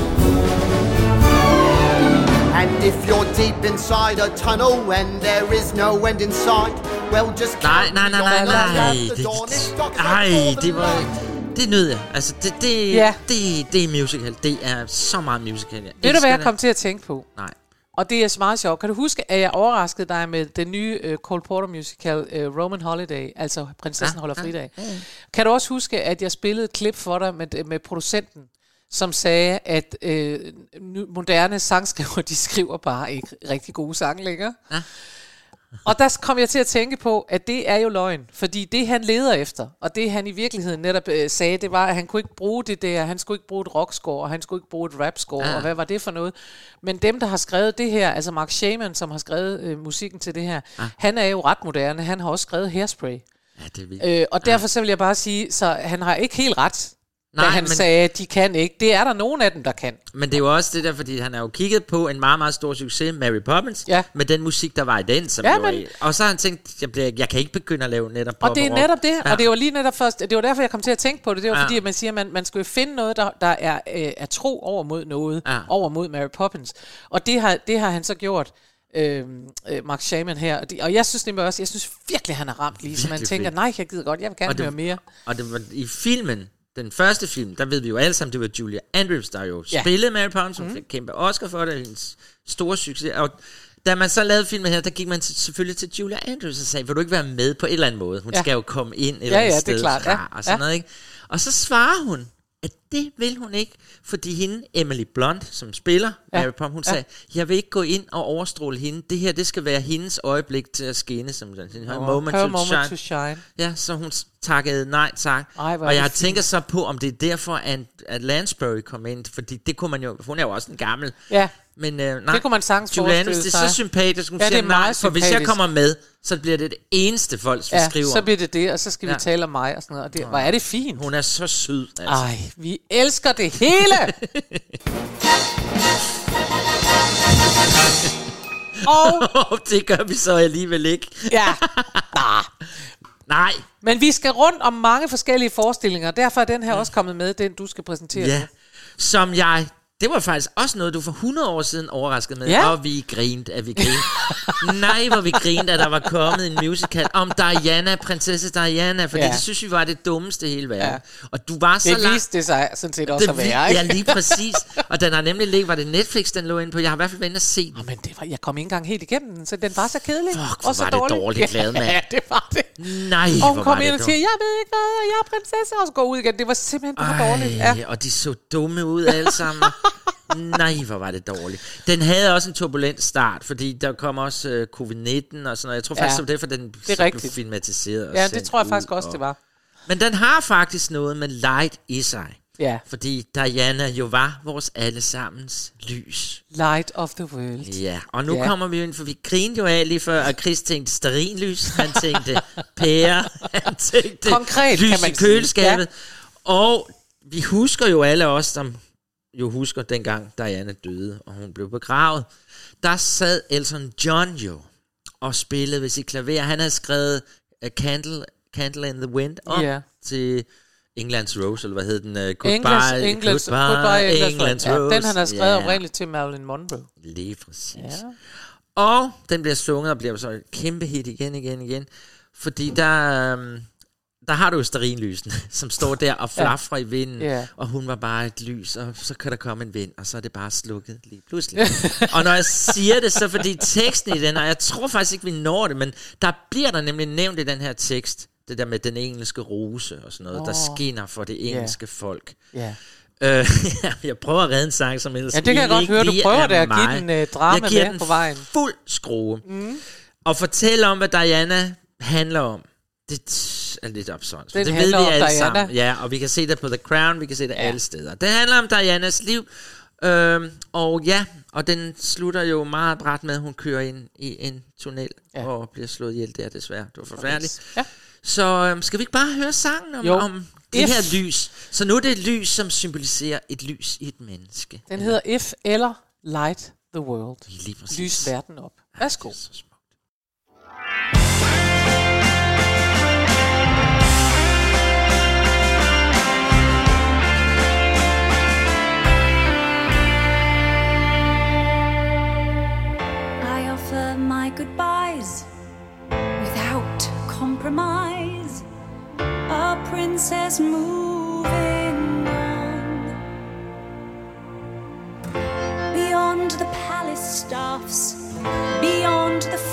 G: And if you're deep inside a tunnel when there is no end in sight, well just
B: Nej, nej, nej, nej, nej. Det, ej, det var... Det nød jeg. Altså, det, det,
C: ja.
B: det, det er musical. Det er så meget musical. Jeg
C: Ved du, hvad jeg
B: det.
C: kom til at tænke på?
B: Nej.
C: Og det er meget sjovt. Kan du huske, at jeg overraskede dig med den nye uh, Cole Porter musical, uh, Roman Holiday, altså Prinsessen ja, holder fridag. Ja, ja. Kan du også huske, at jeg spillede et klip for dig med, med producenten, som sagde, at øh, moderne sangskriver, de skriver bare ikke rigtig gode sange længere. Ja. Og der kom jeg til at tænke på, at det er jo løgn. Fordi det han leder efter, og det han i virkeligheden netop øh, sagde, det var, at han kunne ikke bruge det der, han skulle ikke bruge et rockscore, og han skulle ikke bruge et rapscore, ja. Og hvad var det for noget? Men dem, der har skrevet det her, altså Mark Shaman, som har skrevet øh, musikken til det her, ja. Han er jo ret moderne, han har også skrevet Hairspray.
B: Ja, det er vildt.
C: Øh, og derfor ja. Så vil jeg bare sige, så han har ikke helt ret. Nej, da han men, sagde, at de kan ikke. Det er der nogen af dem, der kan.
B: Men det er jo også det der, fordi han har jo kigget på en meget, meget stor succes, Mary Poppins, ja. Med den musik, der var i den. Som ja, men, og så har han tænkt, jeg, bliver, jeg kan ikke begynde at lave netop pop
C: og det er netop det, ja. Og det var lige netop først, det var derfor, jeg kom til at tænke på det. Det var ja. Fordi, at man siger, at man, man skal jo finde noget, der, der er, øh, er tro over mod noget, ja. Over mod Mary Poppins. Og det har, det har han så gjort. Øh, øh, Mark Shaman her, og, de, og jeg synes nemlig også, jeg synes virkelig, han har ramt lige, så man tænker, nej, jeg gider godt, jeg vil gerne det, høre mere.
B: Og det var i filmen, den første film, der ved vi jo alle sammen, det var Julia Andrews, der jo ja. Spillede Mary Poppins, hun mm. fik kæmpe Oscar for det, hendes store succes, og da man så lavede filmen her, der gik man til, selvfølgelig til Julia Andrews og sagde, vil du ikke være med på en eller anden måde? Hun ja. Skal jo komme ind et ja, eller andet ja, sted klart, fra, ja. Og sådan ja. Noget, ikke? Og så svarer hun, at det vil hun ikke, fordi hende, Emily Blunt, som spiller ja. Mary Poppins, hun ja. Sagde, jeg vil ikke gå ind og overstråle hende. Det her, det skal være hendes øjeblik til at skinne, som den oh, moment, to,
C: moment
B: shine.
C: to shine.
B: Ja, så hun takkede nej tak. Ej, og jeg har tænkt så på, om det er derfor, at, at Lansbury kom ind, fordi det kunne man jo, hun er jo også en gammel.
C: Ja.
B: Men øh, nej,
C: det kunne man sagtens forestille sig.
B: Det er så sympatisk, hun
C: ja,
B: siger nej,
C: sympatisk.
B: For hvis jeg kommer med, så bliver det det eneste folk, vi
C: ja,
B: skriver
C: så bliver det det, og så skal ja. Vi tale om mig og sådan noget. Og det, hvor er det fint.
B: Hun er så sød. Altså.
C: Ej, vi elsker det hele.
B: Og det gør vi så alligevel ikke.
C: Ja. Nah.
B: Nej.
C: Men vi skal rundt om mange forskellige forestillinger. Derfor er den her ja. Også kommet med, den du skal præsentere.
B: Ja. Som jeg... Det var faktisk også noget, du for hundrede år siden overraskede med. Ja. Og vi grinte, at vi grinte. Nej, hvor vi grinte, at der var kommet en musical om Diana, prinsesse Diana. Fordi ja. Det synes vi var det dummeste i hele verden. Ja. Og du var så
C: det viste lang... det sig sådan set også det, at være,
B: ikke? Ja, lige præcis. Og den har nemlig ligget, var det Netflix, den lå inde på. Jeg har i hvert fald været inde og set den.
C: Oh, men det var, jeg kom ikke engang helt igennem den, så den var så kedelig.
B: Fuck,
C: og så
B: var det dårligt lavet, mand.
C: Ja, det var det.
B: Nej,
C: og hun kom ind og siger, jeg ved ikke hvad, jeg er prinsesse, og så går ud igen. Det var simpelthen bare dårligt. Ja.
B: Og de så dumme ud alle sammen. Nej, hvor var det dårligt. Den havde også en turbulent start, fordi der kom også uh, covid nitten og sådan noget. Jeg tror faktisk, ja, det var derfor, den det blev filmatiseret.
C: Ja, det tror jeg faktisk også, og... det var.
B: Men den har faktisk noget med light i sig.
C: Ja.
B: Fordi Diana jo var vores allesammens lys.
C: Light of the world.
B: Ja, og nu
C: ja.
B: Kommer vi ind, for vi grinede jo af lige før, og Chris tænkte stearinlys, han tænkte pære, han tænkte
C: konkret,
B: lys
C: kan man
B: i køleskabet. Ja. Og vi husker jo alle os, som jo husker dengang Diana døde, og hun blev begravet. Der sad Elton John jo og spillede ved sit klaver. Han havde skrevet A Candle, Candle in the Wind op yeah. til England's Rose, eller hvad hed den? Uh, goodbye,
C: English, English,
B: goodbye,
C: goodbye
B: England's Rose.
C: Ja, den han har skrevet yeah. oprindeligt til Marilyn Monroe.
B: Lige præcis.
C: Ja.
B: Og den bliver sunget og bliver så et kæmpe hit igen, igen, igen. Fordi der... Um, der har du jo stearinlysen, som står der og flafrer ja. I vinden, yeah. og hun var bare et lys, og så kan der komme en vind, og så er det bare slukket lige pludselig. Og når jeg siger det, så fordi teksten i den, og jeg tror faktisk ikke, vi når det, men der bliver der nemlig nævnt i den her tekst, det der med den engelske rose og sådan noget, oh. der skinner for det engelske yeah. folk.
C: Yeah.
B: Øh, jeg prøver at redde en sang, som ellers
C: ja, det kan jeg godt høre, du prøver det at give den uh, drama
B: jeg giver
C: med på vejen.
B: Fuld skrue. Mm. Og fortælle om, hvad Diana handler om. Det er lidt absurd. Det, det ved vi alle Diana. Sammen. Ja, og vi kan se det på The Crown, vi kan se det ja. Alle steder. Det handler om Dianas liv. Øhm, og ja, og den slutter jo meget brat med, at hun kører ind i en tunnel ja. Og bliver slået ihjel der desværre. Det var forfærdeligt. Ja. Så øhm, skal vi ikke bare høre sangen om, om det If. Her lys? Så nu er det et lys, som symboliserer et lys i et menneske.
C: Den hedder If eller Light the World.
B: Lige præcis.
C: Lys verden op. Værsgo.
H: Goodbyes without compromise, a princess moving on beyond the palace staffs, beyond the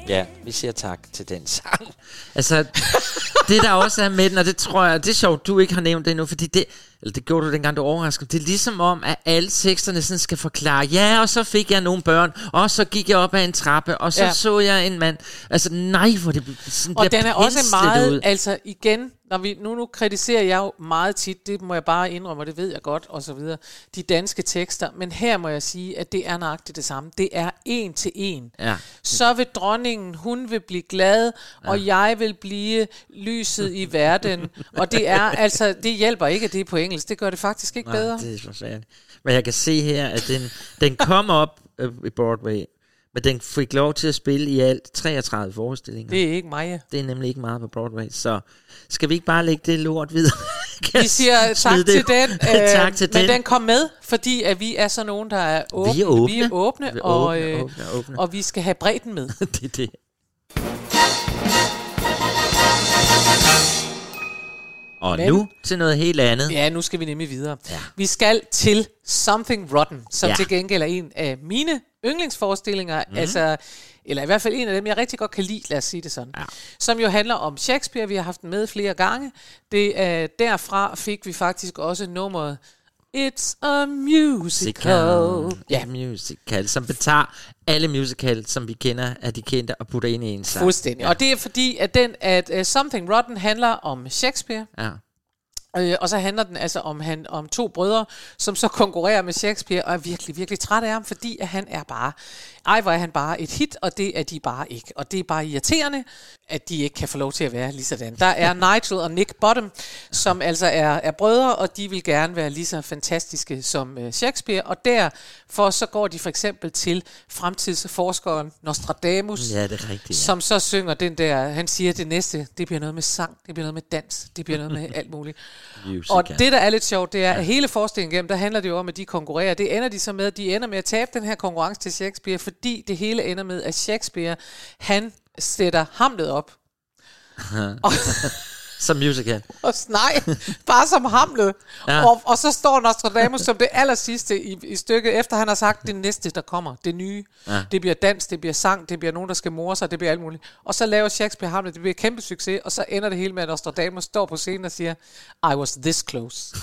B: Ja, vi siger tak til den sang. Altså, det der også er med den, og det tror jeg, det er sjovt, du ikke har nævnt det endnu, fordi det, eller det gjorde du dengang, du overraskede. Det er ligesom om, at alle teksterne sådan skal forklare, ja, og så fik jeg nogle børn, og så gik jeg op ad en trappe, og så ja. så jeg en mand. Altså, nej, hvor det sådan
C: og
B: bliver
C: den er også meget,
B: ud.
C: altså igen, når vi, nu, nu kritiserer jeg jo meget tit, det må jeg bare indrømme, og det ved jeg godt, og så videre, de danske tekster, men her må jeg sige, at det er nøjagtigt det samme. Det er en til en.
B: Ja.
C: Så vil dronningen, hun vil blive glad, ja. og jeg vil blive lyset i verden, og det er altså, det hjælper ikke, at det er på engelsk, det gør det faktisk ikke
B: Nej,
C: bedre.
B: det er forfærdeligt. Men jeg kan se her, at den, den kom op øh, i Broadway, men den fik lov til at spille i alt treogtredive forestillinger.
C: Det er ikke mig.
B: Det er nemlig ikke meget på Broadway, så skal vi ikke bare lægge det lort videre?
C: Vi siger tak til den, øh,
B: tak til
C: men
B: den.
C: den kom med, fordi at vi er så nogen, der er åbne,
B: vi er åbne,
C: vi er åbne,
B: vi er
C: og,
B: åbne,
C: øh,
B: åbne, åbne.
C: og vi skal have bredden med.
B: Det er det. Og men, nu til noget helt andet.
C: Ja, nu skal vi nemlig videre.
B: Ja.
C: Vi skal til Something Rotten, som
B: ja.
C: til gengæld er en af mine yndlingsforestillinger, mm. altså, eller i hvert fald en af dem, jeg rigtig godt kan lide, lad os sige det sådan, ja. som jo handler om Shakespeare. Vi har haft den med flere gange. Det, uh, derfra fik vi faktisk også nummeret It's a Musical.
B: Ja, musical, som betager alle musical, som vi kender, af de kendte, og putter ind i en sang.
C: Fuldstændig. Ja. Og det er fordi, at, den, at uh, Something Rotten handler om Shakespeare.
B: Ja.
C: Øh, og så handler den altså om, han, om to brødre, som så konkurrerer med Shakespeare, og er virkelig, virkelig træt af ham, fordi at han er bare, ej hvor er han bare et hit, og det er de bare ikke. Og det er bare irriterende, at de ikke kan få lov til at være lige sådan. Der er Nigel og Nick Bottom, som altså er, er brødre, og de vil gerne være lige så fantastiske som uh, Shakespeare, og derfor så går de for eksempel til fremtidsforskeren Nostradamus,
B: ja, det er rigtigt, ja.
C: som så synger den der, han siger det næste, det bliver noget med sang, det bliver noget med dans, det bliver noget med alt muligt.
B: Musical.
C: Og det der er lidt sjovt, det er at hele forestillingen igennem, der handler det jo om, at de konkurrerer. Det ender de så med, at de ender med at tabe den her konkurrence til Shakespeare, fordi det hele ender med, at Shakespeare, han sætter Hamlet op.
B: og, som musical.
C: Og nej, bare som Hamlet. Ja. Og, og så står Nostradamus som det aller sidste i, i stykket, efter han har sagt, det næste, der kommer, det nye. Ja. Det bliver dans, det bliver sang, det bliver nogen, der skal more sig, det bliver alt muligt. Og så laver Shakespeare Hamlet, det bliver et kæmpe succes, og så ender det hele med, at Nostradamus står på scenen og siger, I was this close.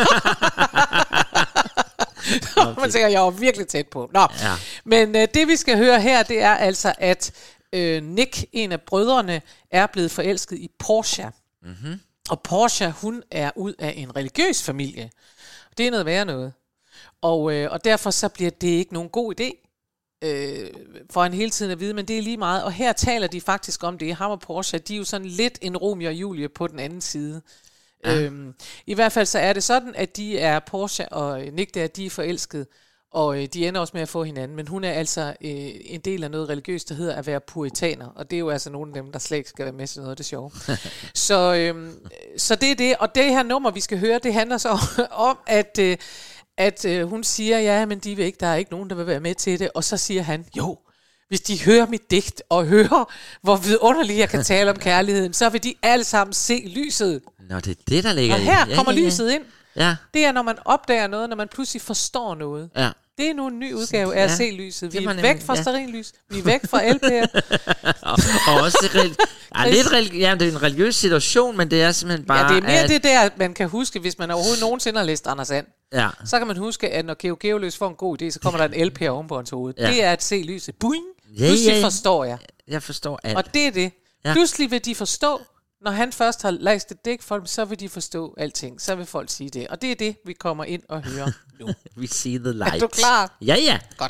C: Okay. Man tænker, jeg var virkelig tæt på. Nå. Ja. Men øh, det vi skal høre her, det er altså, at øh, Nick, en af brødrene, er blevet forelsket i Portia. Mm-hmm. Og Portia, hun er ud af en religiøs familie. Det er noget værre noget. Og, øh, og derfor så bliver det ikke nogen god idé øh, for han hele tiden at vide, men det er lige meget. Og her taler de faktisk om det. Ham og Portia, de er jo sådan lidt en Romeo og Julie på den anden side. Ja. Øhm, I hvert fald så er det sådan, at de er, Portia og Nick der, de er forelsket, og øh, de ender også med at få hinanden, men hun er altså øh, en del af noget religiøst, der hedder at være puritaner, og det er jo altså nogle af dem, der slet ikke skal være med til noget af det sjove. så, øh, så det er det, og det her nummer, vi skal høre, det handler så om, at, øh, at øh, hun siger, ja, men de vil ikke, der er ikke nogen, der vil være med til det, og så siger han, jo, hvis de hører mit digt, og hører, hvor vidunderligt jeg kan tale om kærligheden, så vil de alle sammen se lyset.
B: Nå, det er det, der ligger
C: og
B: i.
C: her
B: Ja,
C: kommer
B: ja, ja.
C: lyset ind.
B: Ja.
C: Det er, når man opdager noget, når man pludselig forstår noget.
B: Ja.
C: Det er nu en ny udgave af at
B: Ja.
C: se lyset. Vi
B: Det var
C: er
B: nemlig-
C: væk fra
B: ja.
C: stearinlys. Vi er væk fra L P'er.
B: og, og også det, reli- ja, lidt reli- ja, det er en religiøs situation, men det er simpelthen bare...
C: Ja, det er mere
B: at,
C: det der, man kan huske, hvis man overhovedet nogensinde har læst Anders And.
B: Ja.
C: Så kan man huske, at når Geo Geoløs får en god idé, så kommer der en L P'er oven på hans hoved.
B: Ja.
C: Det er at se lyset. Boing!
B: Ja,
C: Pludselig
B: ja, ja.
C: forstår jeg.
B: Jeg forstår alt.
C: Og det er det.
B: Ja.
C: Pludselig vil de forstå, når han først har læst et digt for dem, så vil de forstå alting. Så vil folk sige det. Og det er det, vi kommer ind og hører nu.
B: We see the light.
C: Er du klar?
B: Ja, ja.
C: Godt.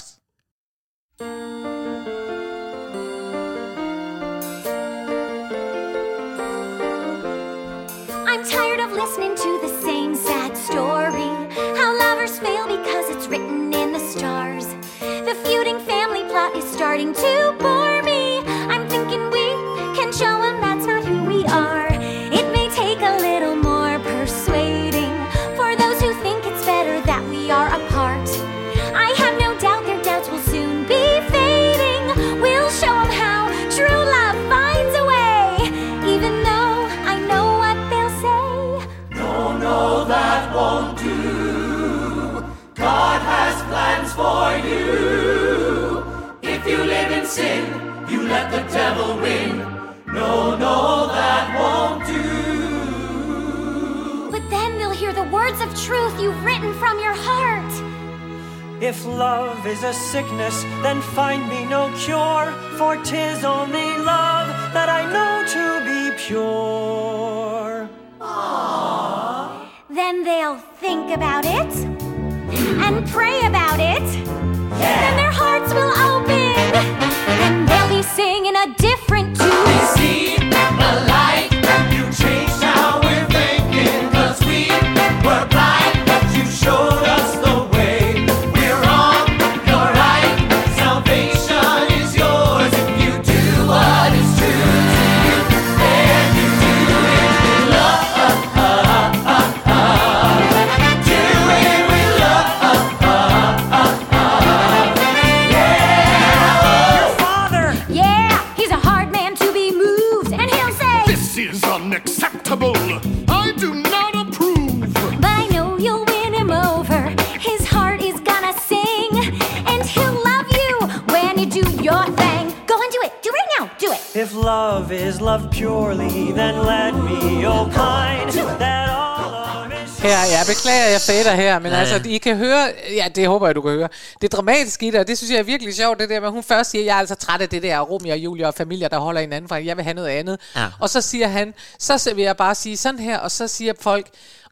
J: I'm tired of listening to the same sad story. How lovers fail because it's written in the stars. The feuding family plot is starting to bore me. I'm thinking we can show them that's not who we are. It may take a little more persuading for those who think it's better that we are apart. I have no doubt their doubts will soon be fading. We'll show them how true love finds a way, even though I know what they'll say.
I: No, no, that won't do. God has plans for you. If you live in sin, you let the devil win. No, no, that won't do.
J: But then they'll hear the words of truth you've written from your heart.
K: If love is a sickness, then find me no cure, for 'tis only love that I know to be pure.
J: Aww. Then they'll think about it and pray about it. Yeah. Then their hearts will open and they'll be singing a different tune.
I: We see the light, you changed how we're thinking, 'cause we were blind, but you showed us the way. We're wrong, you're right, salvation is yours. If you do what is true to you, then you do it with love. Do it with love. Yeah.
K: Your father!
J: Yeah, he's a hard man to be moved, and he'll say,
E: This is unacceptable. I do not approve.
J: but I know you'll win him over. His heart is gonna sing, and he'll love you when you do your thing. Go and do it. Do it right now. Do it.
K: If love is loved purely, then let me opine that all of it.
C: Her, jeg beklager, jeg fader her, men
B: Ja,
C: ja, altså,
B: ja.
C: I kan høre, ja, det håber jeg, du kan høre. Det dramatiske i det, og det synes jeg er virkelig sjovt, det der med, hun først siger, jeg er altså træt af det der Romeo og Julie og familier, der holder hinanden fra, jeg vil have noget andet.
B: Ja.
C: Og så siger han, så vil jeg bare sige sådan her, og så siger folk,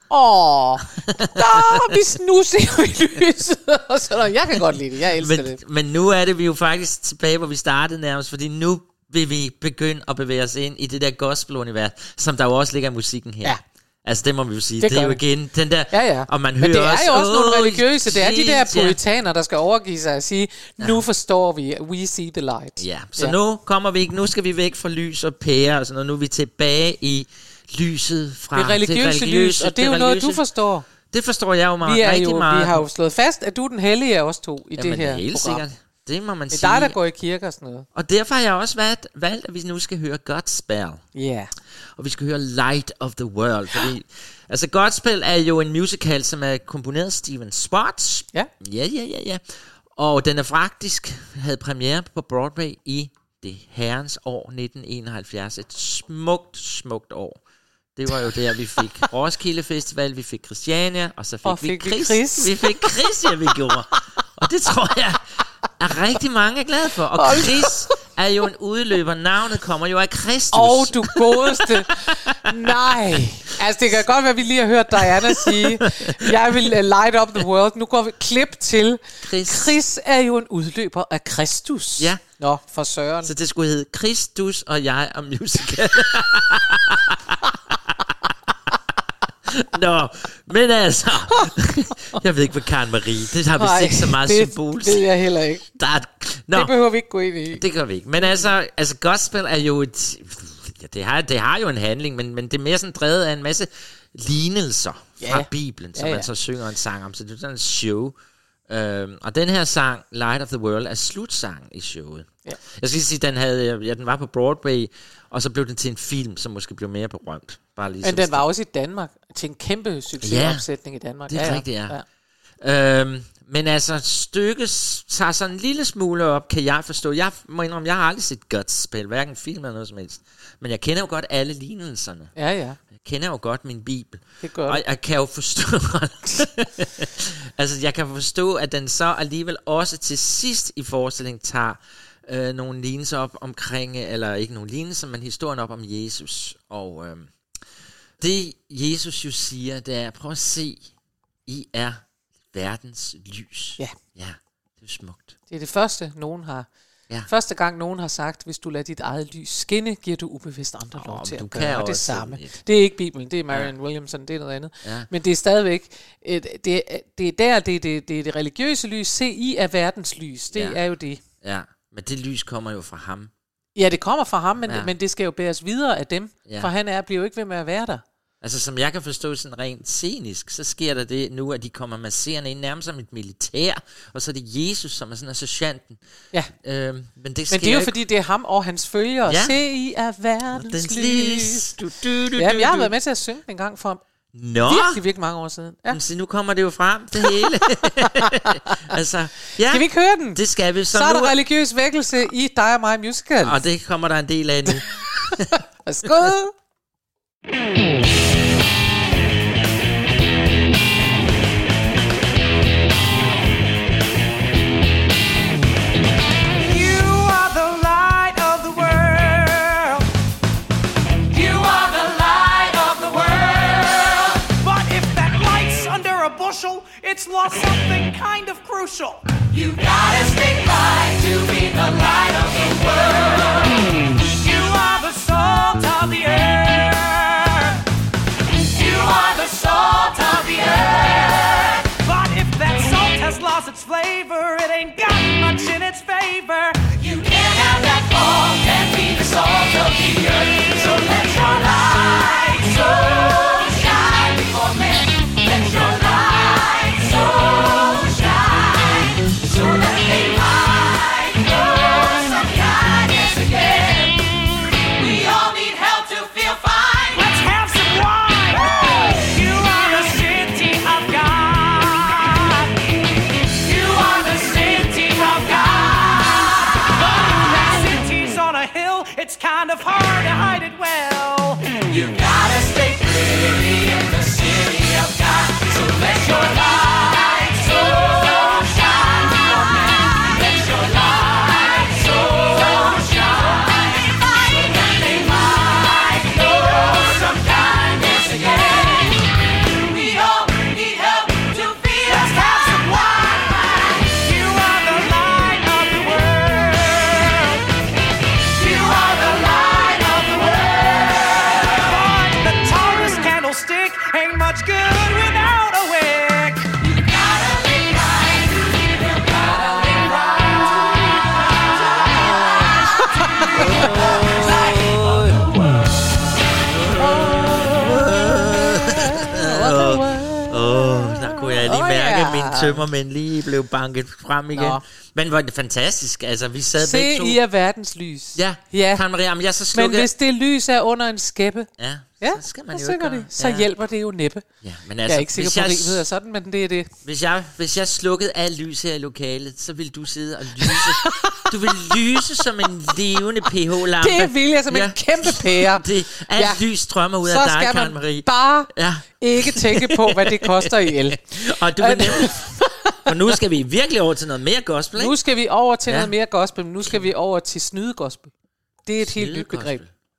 C: åh, der vi snusser i lyset, og sådan, jeg kan godt lide det, jeg elsker
B: Men,
C: det.
B: men nu er det vi jo faktisk tilbage, hvor vi startede nærmest, fordi nu vil vi begynde at bevæge os ind i det der gospel-univers, som der jo også ligger i musikken her.
C: Ja.
B: Altså det må vi jo sige.
C: Det
B: Det, det er
C: gør
B: jo
C: vi.
B: igen den der,
C: Ja, ja.
B: og man
C: Men
B: hører
C: det er
B: også,
C: jo også nogle
B: "Åh,
C: religiøse, det er de der
B: Jesus", ja.
C: puritaner, der skal overgive sig og sige, nu forstår vi, we see the light.
B: Ja, så
C: Ja.
B: nu kommer vi ikke, nu skal vi væk fra lys og pære og sådan noget. Nu er vi tilbage i lyset fra
C: Det religiøse lys, og det er jo noget, du forstår.
B: Det forstår jeg jo meget,
C: Vi, er
B: rigtig
C: jo,
B: meget.
C: vi har jo slået fast, at du er den hellige af os to i
B: Jamen,
C: det her
B: helt
C: program.
B: sikkert. Det må man
C: Det
B: sige.
C: er dig, der går i kirke og sådan noget.
B: Og derfor har jeg også valgt, valgt, at vi nu skal høre Godspell.
C: Ja. Yeah.
B: Og vi skal høre Light of the World. Fordi, altså Godspell er jo en musical, som er komponeret af Steven Spotts.
C: Ja.
B: Ja, ja, ja, ja. Og den er faktisk, havde premiere på Broadway i det herrens år nitten enoghalvfjerds. Et smukt, smukt år. Det var jo der, vi fik Roskilde Festival, vi fik Christiania, og så fik,
C: Og
B: vi,
C: fik vi
B: Chris.
C: Chris.
B: Vi fik Chris, ja, vi gjorde. Og det tror jeg er rigtig mange er glade for. Og Chris er jo en udløber. Navnet kommer jo af Kristus.
C: Og du godeste. Nej. Altså, det kan godt være, at vi lige har hørt Diana sige, jeg vil uh, light up the world. Nu går vi klip til.
B: Chris.
C: Chris er jo en udløber af Kristus.
B: Ja.
C: Nå, for søren.
B: Så det skulle hedde Kristus og jeg og musical. Nå, men altså, jeg ved ikke, hvad Karen Marie, det har vi
C: Nej,
B: ikke så meget
C: det
B: symbol.
C: ved jeg heller ikke.
B: Der er, nå,
C: Det behøver vi ikke gå ind i.
B: det gør vi ikke. Men altså, altså gospel er jo et, ja, det har, det har jo en handling, men, men det er mere sådan drevet af en masse lignelser fra
C: Ja.
B: Bibelen, som
C: Ja, ja.
B: man så synger en sang om. Så det er sådan et show. Øhm, og den her sang, Light of the World, er slutsangen i showet.
C: Ja.
B: Jeg skal lige sige, den havde, ja, den var på Broadway, og så blev den til en film, som måske blev mere berømt. Bare lige
C: Men den var også i Danmark til en kæmpe succesopsætning
B: Ja,
C: i Danmark.
B: det er
C: ja, ja.
B: rigtigt, ja. ja. Øhm, men altså, stykket tager sådan en lille smule op, kan jeg forstå. Jeg må indrømme, jeg har aldrig set Godspell, hverken film eller noget som helst. Men jeg kender jo godt alle lignelserne.
C: Ja, ja.
B: Jeg kender jo godt min bibel.
C: Det gør
B: Og
C: du.
B: jeg kan jo forstå... altså, jeg kan forstå, at den så alligevel også til sidst i forestillingen tager øh, nogle lignelser op omkring, eller ikke nogle lignelser, men historien op om Jesus. Og øh, det Jesus jo siger, det er, prøv at se, I er verdens lys.
C: Ja.
B: Ja, det er smukt.
C: Det er det første, nogen har...
B: Ja.
C: Første gang nogen har sagt, hvis du lader dit eget lys skinne, giver du ubevidst andre
B: Åh,
C: lov
B: men
C: til
B: du
C: at
B: kan
C: gøre det
B: også
C: samme.
B: lidt.
C: Det er ikke Bibelen, det er Marianne ja. Williamson, det er noget andet.
B: Ja.
C: Men det er stadigvæk, et, det, det er der, det er det, det er det religiøse lys. Se, I er verdens lys. Det
B: Ja.
C: er jo det.
B: Ja, men det lys kommer jo fra ham.
C: Ja, det kommer fra ham, men,
B: Ja.
C: men det skal jo bæres videre af dem.
B: Ja.
C: For han er, bliver jo ikke ved med at være der.
B: Altså, som jeg kan forstå sådan rent scenisk, så sker der det nu, at de kommer masserende ind nærmest som et militær, og så er det Jesus, som er sådan associanten.
C: Ja.
B: Øhm, men det,
C: Men
B: sker
C: det er jo
B: ikke.
C: fordi, det er ham og hans følgere.
B: Ja.
C: Se, I er verdens
B: Dens
C: lys.
B: lys. Du, du, du,
C: Jamen, jeg har
B: du.
C: været med til at synge den en gang for
B: Nå.
C: Virkelig, virkelig mange år siden. Ja.
B: Så nu kommer det jo frem, det hele. altså, ja.
C: Skal vi ikke høre den?
B: Det skal vi.
C: Så, så er
B: nu...
C: der religiøs vækkelse i dig og mig musical.
B: Og det kommer der en del af nu.
C: Værsgo.
K: It's lost something kind of crucial.
I: You gotta stay light to be the light of the world.
K: You are the salt of the earth.
I: You are the salt of the earth.
K: But if that salt has lost its flavor, it ain't got much in its favor.
I: You can't have that salt and be the salt of the earth. So let your light so shine before men. Let your light so shine, so that they might know some kindness again. We all need help to feel fine.
K: Let's have some wine. You are the city of God.
I: You are the city of God.
K: That city's on a hill. It's kind of hard to hide it well.
I: You gotta stay pretty in the city of God. So let your light so shine before men. Let your light so shine, so that they might know some kindness again. We all need help to feel.
K: Let's have some wine. You are the light of the world.
I: You are the light of the world.
K: But the tallest candlestick ain't much good without a wick.
I: You gotta live right. You gotta live
B: Åh, der kunne jeg lige
C: Åh,
B: mærke,
C: ja.
B: at mine tømmermænd lige blev banket frem igen.
C: Nå.
B: Men hvor er det fantastisk. Altså, vi sad
C: Se,
B: begge to.
C: I er verdens lys.
B: Ja,
C: Ja.
B: Karen Maria, men jeg så
C: Men
B: slukkede...
C: hvis det lys er under en skæppe,
B: Ja,
C: ja,
B: så skal man
C: så
B: jo ikke
C: synger
B: gøre.
C: det. Så
B: Ja.
C: hjælper det jo næppe.
B: Ja, men
C: Jeg
B: altså,
C: er ikke sikker
B: hvis
C: på, at
B: jeg,
C: rimet er sådan, men det er det.
B: hvis jeg, hvis jeg slukkede alt lys her i lokalet, så ville du sidde og lyse. Du vil lyse som en levende pH-lampe.
C: Det vil jeg som en kæmpe pære.
B: Det, alt
C: Ja.
B: lys strømmer ud
C: Så
B: af dig,
C: skal
B: Karen
C: man
B: Marie.
C: bare
B: Ja.
C: ikke tænke på, hvad det koster i el.
B: Og du vil nemlig... Og nu skal vi virkelig over til noget mere gospel, ikke?
C: Nu skal vi over til
B: Ja.
C: noget mere gospel, men nu skal vi over til snydegospel. Det er et helt nyt begreb.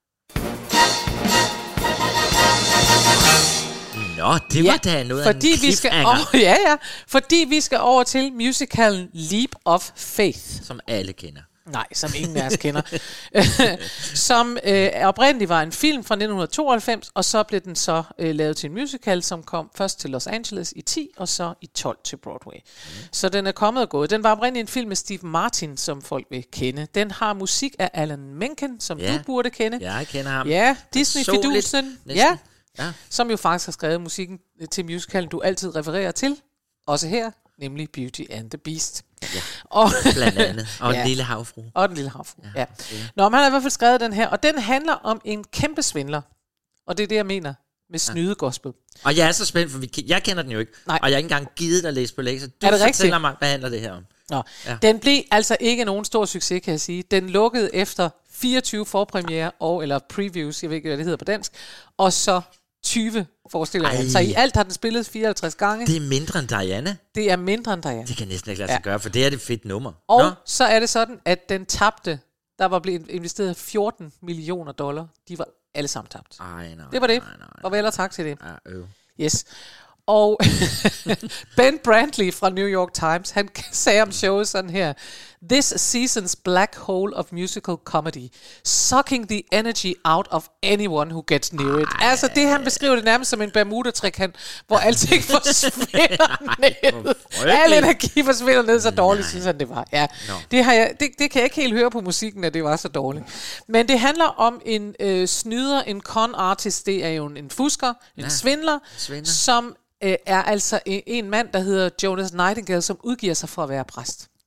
B: Nå, det var da noget
C: fordi
B: af en
C: vi skal
B: cliffhanger,
C: over, ja, ja, fordi vi skal over til musicalen Leap of Faith.
B: som alle kender.
C: Nej, som ingen af os kender. som øh, oprindeligt var en film fra nitten tooghalvfems, og så blev den så øh, lavet til en musical, som kom først til Los Angeles i ti, og så i tolv til Broadway. Mm. Så den er kommet og gået. Den var oprindeligt en film med Steve Martin, som folk vil kende. Den har musik af Alan Menken, som
B: Ja.
C: du burde kende.
B: Ja, jeg kender ham.
C: Ja,
B: Personligt,
C: Disney-fidusen.
B: næsten.
C: Ja,
B: Ja.
C: som jo faktisk har skrevet musikken til musicalen, du altid refererer til. Også her, nemlig Beauty and the Beast.
B: Ja,
C: og
B: blandt andet. Og
C: Ja.
B: en lille havfru.
C: Og den lille havfru, ja. ja.
B: ja.
C: Nå, men han har i hvert fald skrevet den her, og den handler om en kæmpe svindler. Og det er det, jeg mener med snydegospel.
B: Og jeg er så spændt, for vi, jeg kender den jo ikke.
C: Nej.
B: Og jeg har ikke engang givet at læse på lektier. Du
C: Er det
B: fortæller
C: rigtigt?
B: mig, hvad handler det her om?
C: Nå,
B: Ja.
C: ja. Den blev altså ikke nogen stor succes, kan jeg sige. Den lukkede efter fireogtyve forpremiere og eller previews, jeg ved ikke, hvad det hedder på dansk, og så tyve forestillinger.
B: Ej.
C: Så i alt har den spillet fireoghalvtreds gange.
B: Det er mindre end Diana.
C: Det er mindre end Diana.
B: Det kan næsten ikke lade sig gøre, for det er det fedt nummer.
C: Og
B: Nå.
C: så er det sådan, at den tabte, der var blevet investeret fjorten millioner dollar. De var alle sammen tabt.
B: Ej, nej,
C: Det var det.
B: nej, nej, nej.
C: Og vel og tak til det.
B: Ja, øv.
C: Yes. Og Ben Brantley fra New York Times, han sagde om showet sådan her: This season's black hole of musical comedy, sucking the energy out of anyone who gets near it. Ej. Altså det, han beskriver det nærmest som en Bermuda-trekant, hvor alting forsvinder ned. Al energi forsvinder ned, så dårligt synes han det var. Ja.
B: No.
C: Det, har jeg, det, det kan jeg ikke helt høre på musikken, at det var så dårligt. Men det handler om en øh, snyder, en con artist, det er jo en, en fusker, en
B: Ja.
C: svindler,
B: Svindler.
C: som øh, er altså en, en mand, der hedder Jonas Nightingale, som udgiver sig for at være præst.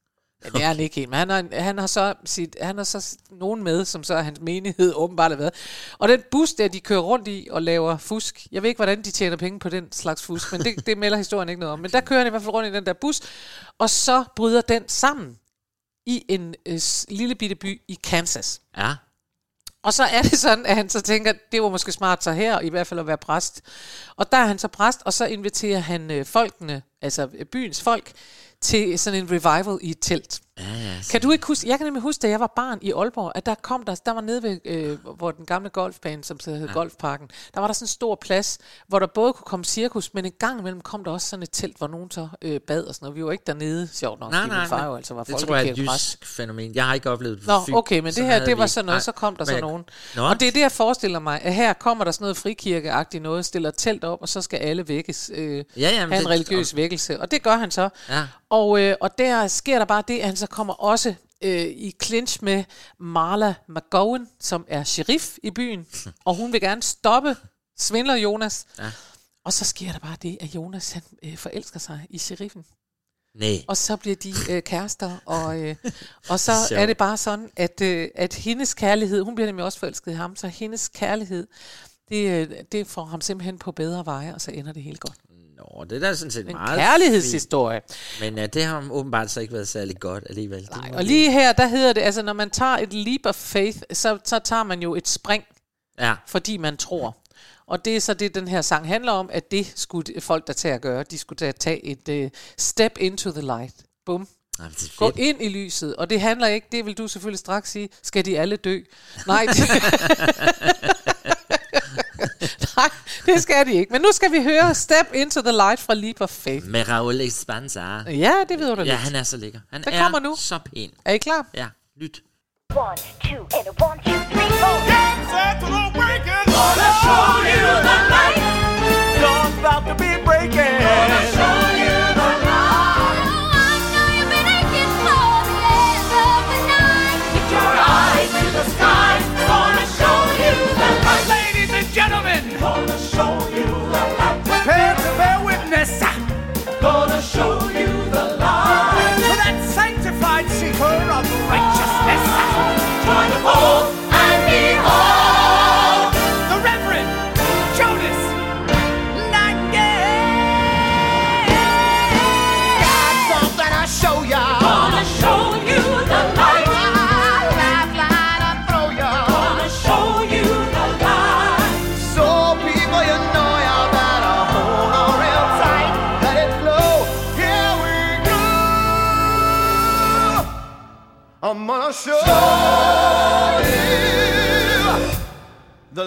C: Ja, det er han ikke helt, men han har, han har så sit, han har så nogen med, som så er hans menighed åbenbart har været. Og den bus der, de kører rundt i og laver fusk. Jeg ved ikke, hvordan de tjener penge på den slags fusk, men det, det melder historien ikke noget om. Men der kører han i hvert fald rundt i den der bus, og så bryder den sammen i en øh, lille bitte by i Kansas.
B: Ja.
C: Og så er det sådan, at han så tænker, det var måske smart så her, i hvert fald at være præst. Og der er han så præst, og så inviterer han øh, folkene, altså byens folk, til sådan en revival i et telt.
B: Ja, ja,
C: kan du ikke huske, jeg kan nemlig huske, da jeg var barn i Aalborg, at der kom der, der var nede ved, øh, hvor den gamle golfbane, som så hed ja. Golfparken, der var der sådan en stor plads, hvor der både kunne komme cirkus, men en gang imellem kom der også sådan et telt, hvor nogen så øh, bad og sådan noget. Vi var ikke dernede, sjovt nok,
B: nej, nej,
C: min far jo altså var
B: det tror jeg er et jysk fænomen. Jeg har ikke oplevet det.
C: Nå, okay, men det her, det var sådan noget, så kom der så nogen. Nå. Og det er det, jeg forestiller mig, at her kommer der sådan noget frikirkeagtigt noget, stiller et telt op, og så skal alle vækkes, øh, ja, jamen, have en religiøs og... vækkelse. Og det gør han så. Ja. Og, øh, og der sker der bare det, at han så kommer også øh, i clinch med Marla McGowan, som er sheriff i byen, og hun vil gerne stoppe svindler Jonas. Ja. Og så sker der bare det, at Jonas han, øh, forelsker sig i sheriffen.
B: Nej.
C: Og så bliver de øh, kærester, og, øh, og så er det bare sådan, at, øh, at hendes kærlighed, hun bliver nemlig også forelsket i ham, så hendes kærlighed, det, det får ham simpelthen på bedre veje, og så ender det helt godt.
B: Nå, det er da sådan set
C: en
B: meget
C: kærlighedshistorie.
B: Fint. Men uh, det har åbenbart så ikke været særlig godt alligevel.
C: Nej, og lige her, der hedder det, altså når man tager et leap of faith, så, så tager man jo et spring, ja. Fordi man tror. Og det er så det, den her sang handler om, at det skulle folk der tage at gøre. De skulle tage et uh, step into the light. Bum.
B: Jamen,
C: gå ind i lyset. Og det handler ikke, det vil du selvfølgelig straks sige, skal de alle dø? Nej, Nej, det skal de ikke. Men nu skal vi høre Step Into the Light fra Leap of Faith.
B: Med Raoul Espanza.
C: Ja, det ved du da lidt.
B: Ja, han er så lækker. Han
C: det
B: er
C: kommer nu.
B: så pæn.
C: Er I klar?
B: Ja, lyt.
J: One, two, and a one, two, three, four.
I: Dance to the breaking. Gonna show you the light. Dawn's about to be breaking. Gonna show you the light.
J: Oh, I know you've been aching for the end of the night.
I: Lift your eyes to the sky. Gonna show you the light. Ladies and gentlemen, gonna show you the light. Prepare to bear witness. Gonna show you the light. To that sanctified seeker of righteousness. Join the fold and behold the Reverend Jonas Nightingale. Got something to show ya. Gonna show you the light. Light, light, I throw ya. Gonna show you the light. So people, you know you better hold on real tight. Let it flow. Here we go. I'm gonna show the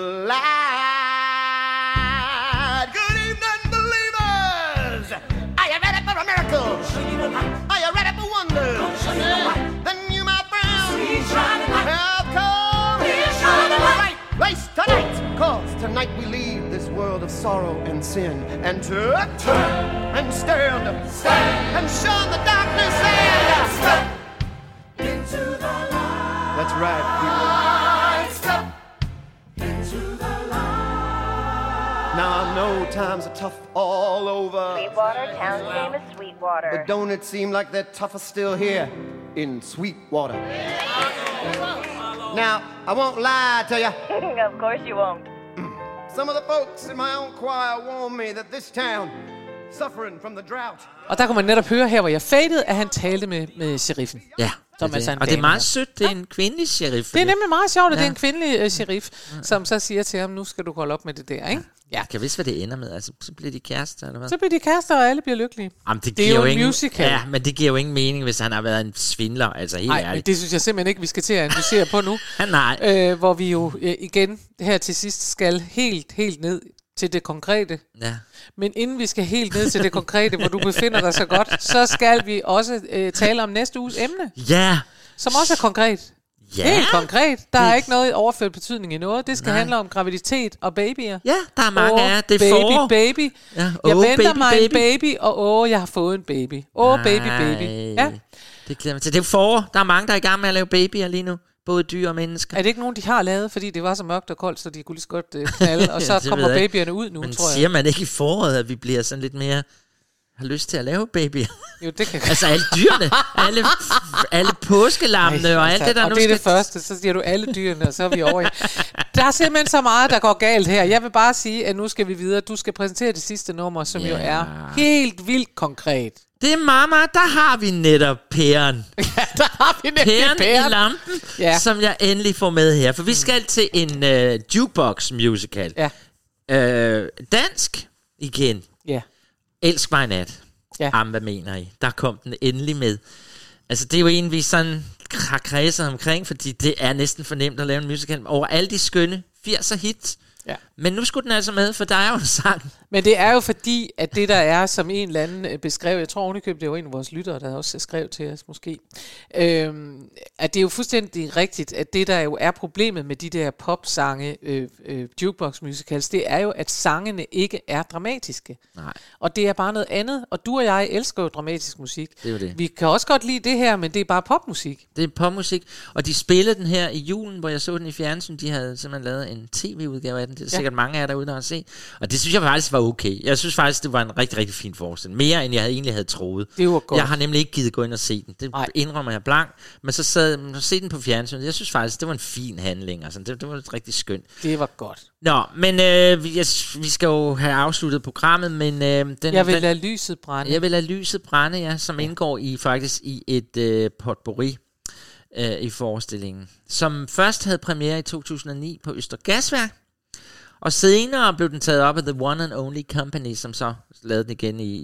I: light. Good evening, believers. Are you ready for a miracle? Are you ready for wonders? Then you, my friends, have come to the right place tonight. Cause tonight we leave this world of sorrow and sin and turn, turn and stand, stand and shun the darkness and step into the light. That's right, people. Step into the light. Now I know times are tough all over.
L: Sweetwater, town's name is Sweetwater.
G: But don't it seem like they're tougher still here in Sweetwater? Now, I won't lie to you.
L: Of course you won't.
G: Some of the folks in my own choir warned me that this town suffering from the drought.
C: Og der kunne man netop høre her, hvor jeg fadede, at han talte med, med sheriffen.
B: Ja,
C: som
B: det
C: er
B: det. Og det er meget sødt, det er en kvindelig sheriff.
C: Det er nemlig meget sjovt, at ja. Det er en kvindelig uh, sheriff, som så siger til ham, nu skal du holde op med det der, ikke?
B: Ja. Jeg kan vide, hvad det ender med. Altså, så bliver de kærester, eller hvad?
C: Så bliver de kærester, og alle bliver lykkelige.
B: Jamen, det,
C: det er jo en musical.
B: Ja, men det giver jo ingen mening, hvis han har været en svindler. Altså, helt
C: Nej,
B: ærligt.
C: men det synes jeg simpelthen ikke, vi skal til at analysere på nu.
B: Nej.
C: Øh, hvor vi jo øh, igen her til sidst skal helt, helt ned til det konkrete.
B: Ja.
C: Men inden vi skal helt ned til det konkrete, hvor du befinder dig så godt, så skal vi også øh, tale om næste uges emne.
B: Ja.
C: Som også er konkret.
B: Ja.
C: Helt konkret. Der
B: det...
C: er ikke noget overført betydning i noget. Det skal Nej. handle om graviditet og babyer.
B: Ja, der er mange
C: oh,
B: af det
C: baby,
B: forår.
C: baby.
B: Ja.
C: Jeg
B: Oh,
C: venter
B: baby,
C: mig
B: baby.
C: en baby, og åh, oh, jeg har fået en baby. Åh, oh, baby, baby. Ja.
B: Det glæder mig til. Det er forår. Der er mange, der er i gang med at lave babyer lige nu. Både dyr og mennesker.
C: Er det ikke nogen, de har lavet, fordi det var så mørkt og koldt, så de kunne lige så godt uh, knalde, og så kommer babyerne ud nu,
B: men
C: tror jeg.
B: siger man ikke i foråret, at vi bliver sådan lidt mere har lyst til at lave babyer.
C: Jo, det kan
B: altså alle dyrene, alle, alle påskelammene
C: Ej,
B: og alt det der.
C: Og
B: nu
C: det er
B: skal...
C: det første, så siger du alle dyrene, og så er vi over i. Der er simpelthen så meget, der går galt her. Jeg vil bare sige, at nu skal vi videre. Du skal præsentere det sidste nummer, som yeah. jo er helt vildt konkret.
B: Det er mamma, der har vi netop pæren.
C: Ja, der har vi netop
B: pæren.
C: pæren
B: i lampen,
C: ja.
B: som jeg endelig får med her. For vi skal til en uh, jukebox musical.
C: Ja.
B: Uh, dansk igen.
C: Ja.
B: Elsk mig nat.
C: Ja.
B: Am, hvad mener I? Der kom den endelig med. Altså, det er jo en, vi sådan har kredset omkring, fordi det er næsten for nemt at lave en musical over alle de skønne firser hits.
C: Ja.
B: Men nu skulle den altså med, for der er jo en sang.
C: Men det er jo fordi, at det der er, som en eller anden beskrev, jeg tror ovenikøbet, det var en af vores lyttere, der også skrev til os måske, øhm, at det er jo fuldstændig rigtigt, at det der jo er problemet med de der popsange, øh, øh, jukebox musicals, det er jo, at sangene ikke er dramatiske.
B: Nej.
C: Og det er bare noget andet, og du og jeg elsker jo dramatisk musik.
B: Det er jo det.
C: Vi kan også godt lide det her, men det er bare popmusik.
B: Det er popmusik, og de spillede den her i julen, hvor jeg så den i fjernsyn. De havde simpelthen lavet en tv-udgave af den. Det er ja. sikkert mange af jer derude, der har set. Og det synes jeg faktisk var okay. Jeg synes faktisk, det var en rigtig, rigtig fin forestilling. Mere end jeg havde egentlig havde troet.
C: Det var godt.
B: Jeg har nemlig ikke givet gå ind og se den. Det Ej. indrømmer jeg blank. Men så sad jeg og se den på fjernsyn. Jeg synes faktisk, det var en fin handling. Altså, det, det var rigtig skønt.
C: Det var godt.
B: Nå, men øh, vi, jeg, vi skal jo have afsluttet programmet, men øh, den,
C: jeg vil
B: den,
C: lade lyset brænde.
B: Jeg vil lade lyset brænde, ja, som ja. indgår i faktisk i et øh, potpourri øh, i forestillingen, som først havde premiere i to tusind og ni på Øster Gasværk, og senere blev den taget op af The One and Only Company, som så lavede den igen i,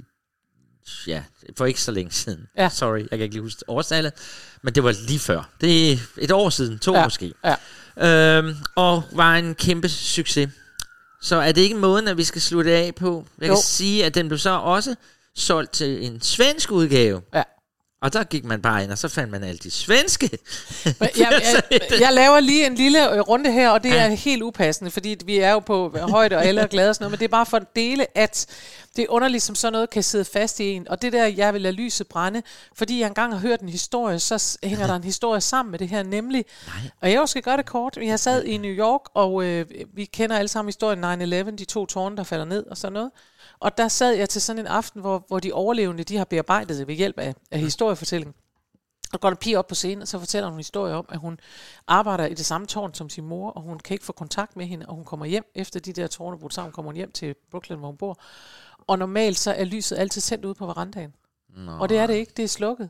B: ja, for ikke så længe siden.
C: Ja.
B: Sorry, jeg kan ikke lige huske årstallet, men det var lige før. Det er et år siden, to
C: ja.
B: måske.
C: Ja.
B: Øhm, og var en kæmpe succes. Så er det ikke måden, at vi skal slutte af på? Jeg jo. kan sige, at den blev så også solgt til en svensk udgave.
C: Ja.
B: Og der gik man bare ind, og så fandt man alle de svenske.
C: jeg, jeg, jeg laver lige en lille runde her, og det ja. er helt upassende, fordi vi er jo på højde, og alle er glade og sådan noget, men det er bare for at dele, at det er underligt, som sådan noget kan sidde fast i en. Og det der, jeg vil lade lyset brænde, fordi jeg engang har hørt en historie, så hænger der en historie sammen med det her, nemlig,
B: Nej.
C: og jeg skal gøre det kort, jeg sad i New York, og øh, vi kender alle sammen historien nine eleven, de to tårne, der falder ned og sådan noget. Og der sad jeg til sådan en aften, hvor, hvor de overlevende, de har bearbejdet det ved hjælp af, af historiefortælling. Og går en pige op på scenen, og så fortæller hun en historie om, at hun arbejder i det samme tårn som sin mor, og hun kan ikke få kontakt med hende, og hun kommer hjem efter de der tårne brudt sammen, kommer hun hjem til Brooklyn, hvor hun bor. Og normalt så er lyset altid tændt ude på verandaen. Nå. Og det er det ikke, det er slukket.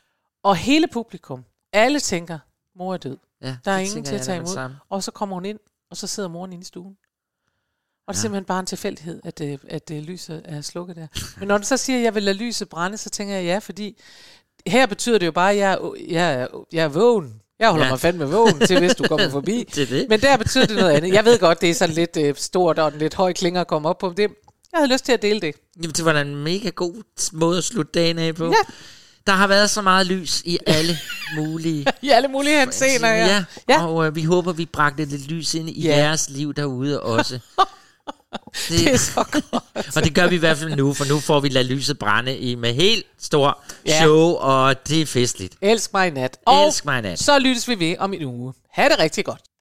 C: Og hele publikum, alle tænker, mor er død.
B: Ja,
C: der er ingen til at tage imod.
B: Sammen.
C: Og så kommer hun ind, og så sidder moren inde i stuen. Og det er ja. simpelthen bare en tilfældighed, at, at, at, at lyset er slukket der. Men når du så siger, at jeg vil lade lyset brænde, så tænker jeg ja, fordi her betyder det jo bare, at jeg, jeg, jeg er vågen. Jeg holder ja. mig fandme vågen til, hvis du kommer forbi.
B: det det.
C: Men der betyder det noget andet. Jeg ved godt, det er sådan lidt øh, stort og en lidt høj klinger at komme op på. Det, jeg havde lyst til at dele det.
B: Jamen, det var da en mega god måde at slutte dagen af på.
C: Ja.
B: Der har været så meget lys i alle mulige...
C: I alle mulige henseender, ja.
B: ja.
C: ja.
B: Og øh, vi håber, vi bragte lidt lys ind i
C: ja.
B: jeres liv derude også.
C: Det, det er så godt.
B: Og det gør vi i hvert fald nu, for nu får vi lade lyset brænde i med helt stor ja. show, og det er festligt.
C: Elsk mig i nat. Og
B: Elsk mig i nat.
C: så lyttes vi ved om en uge. Ha' det rigtig godt.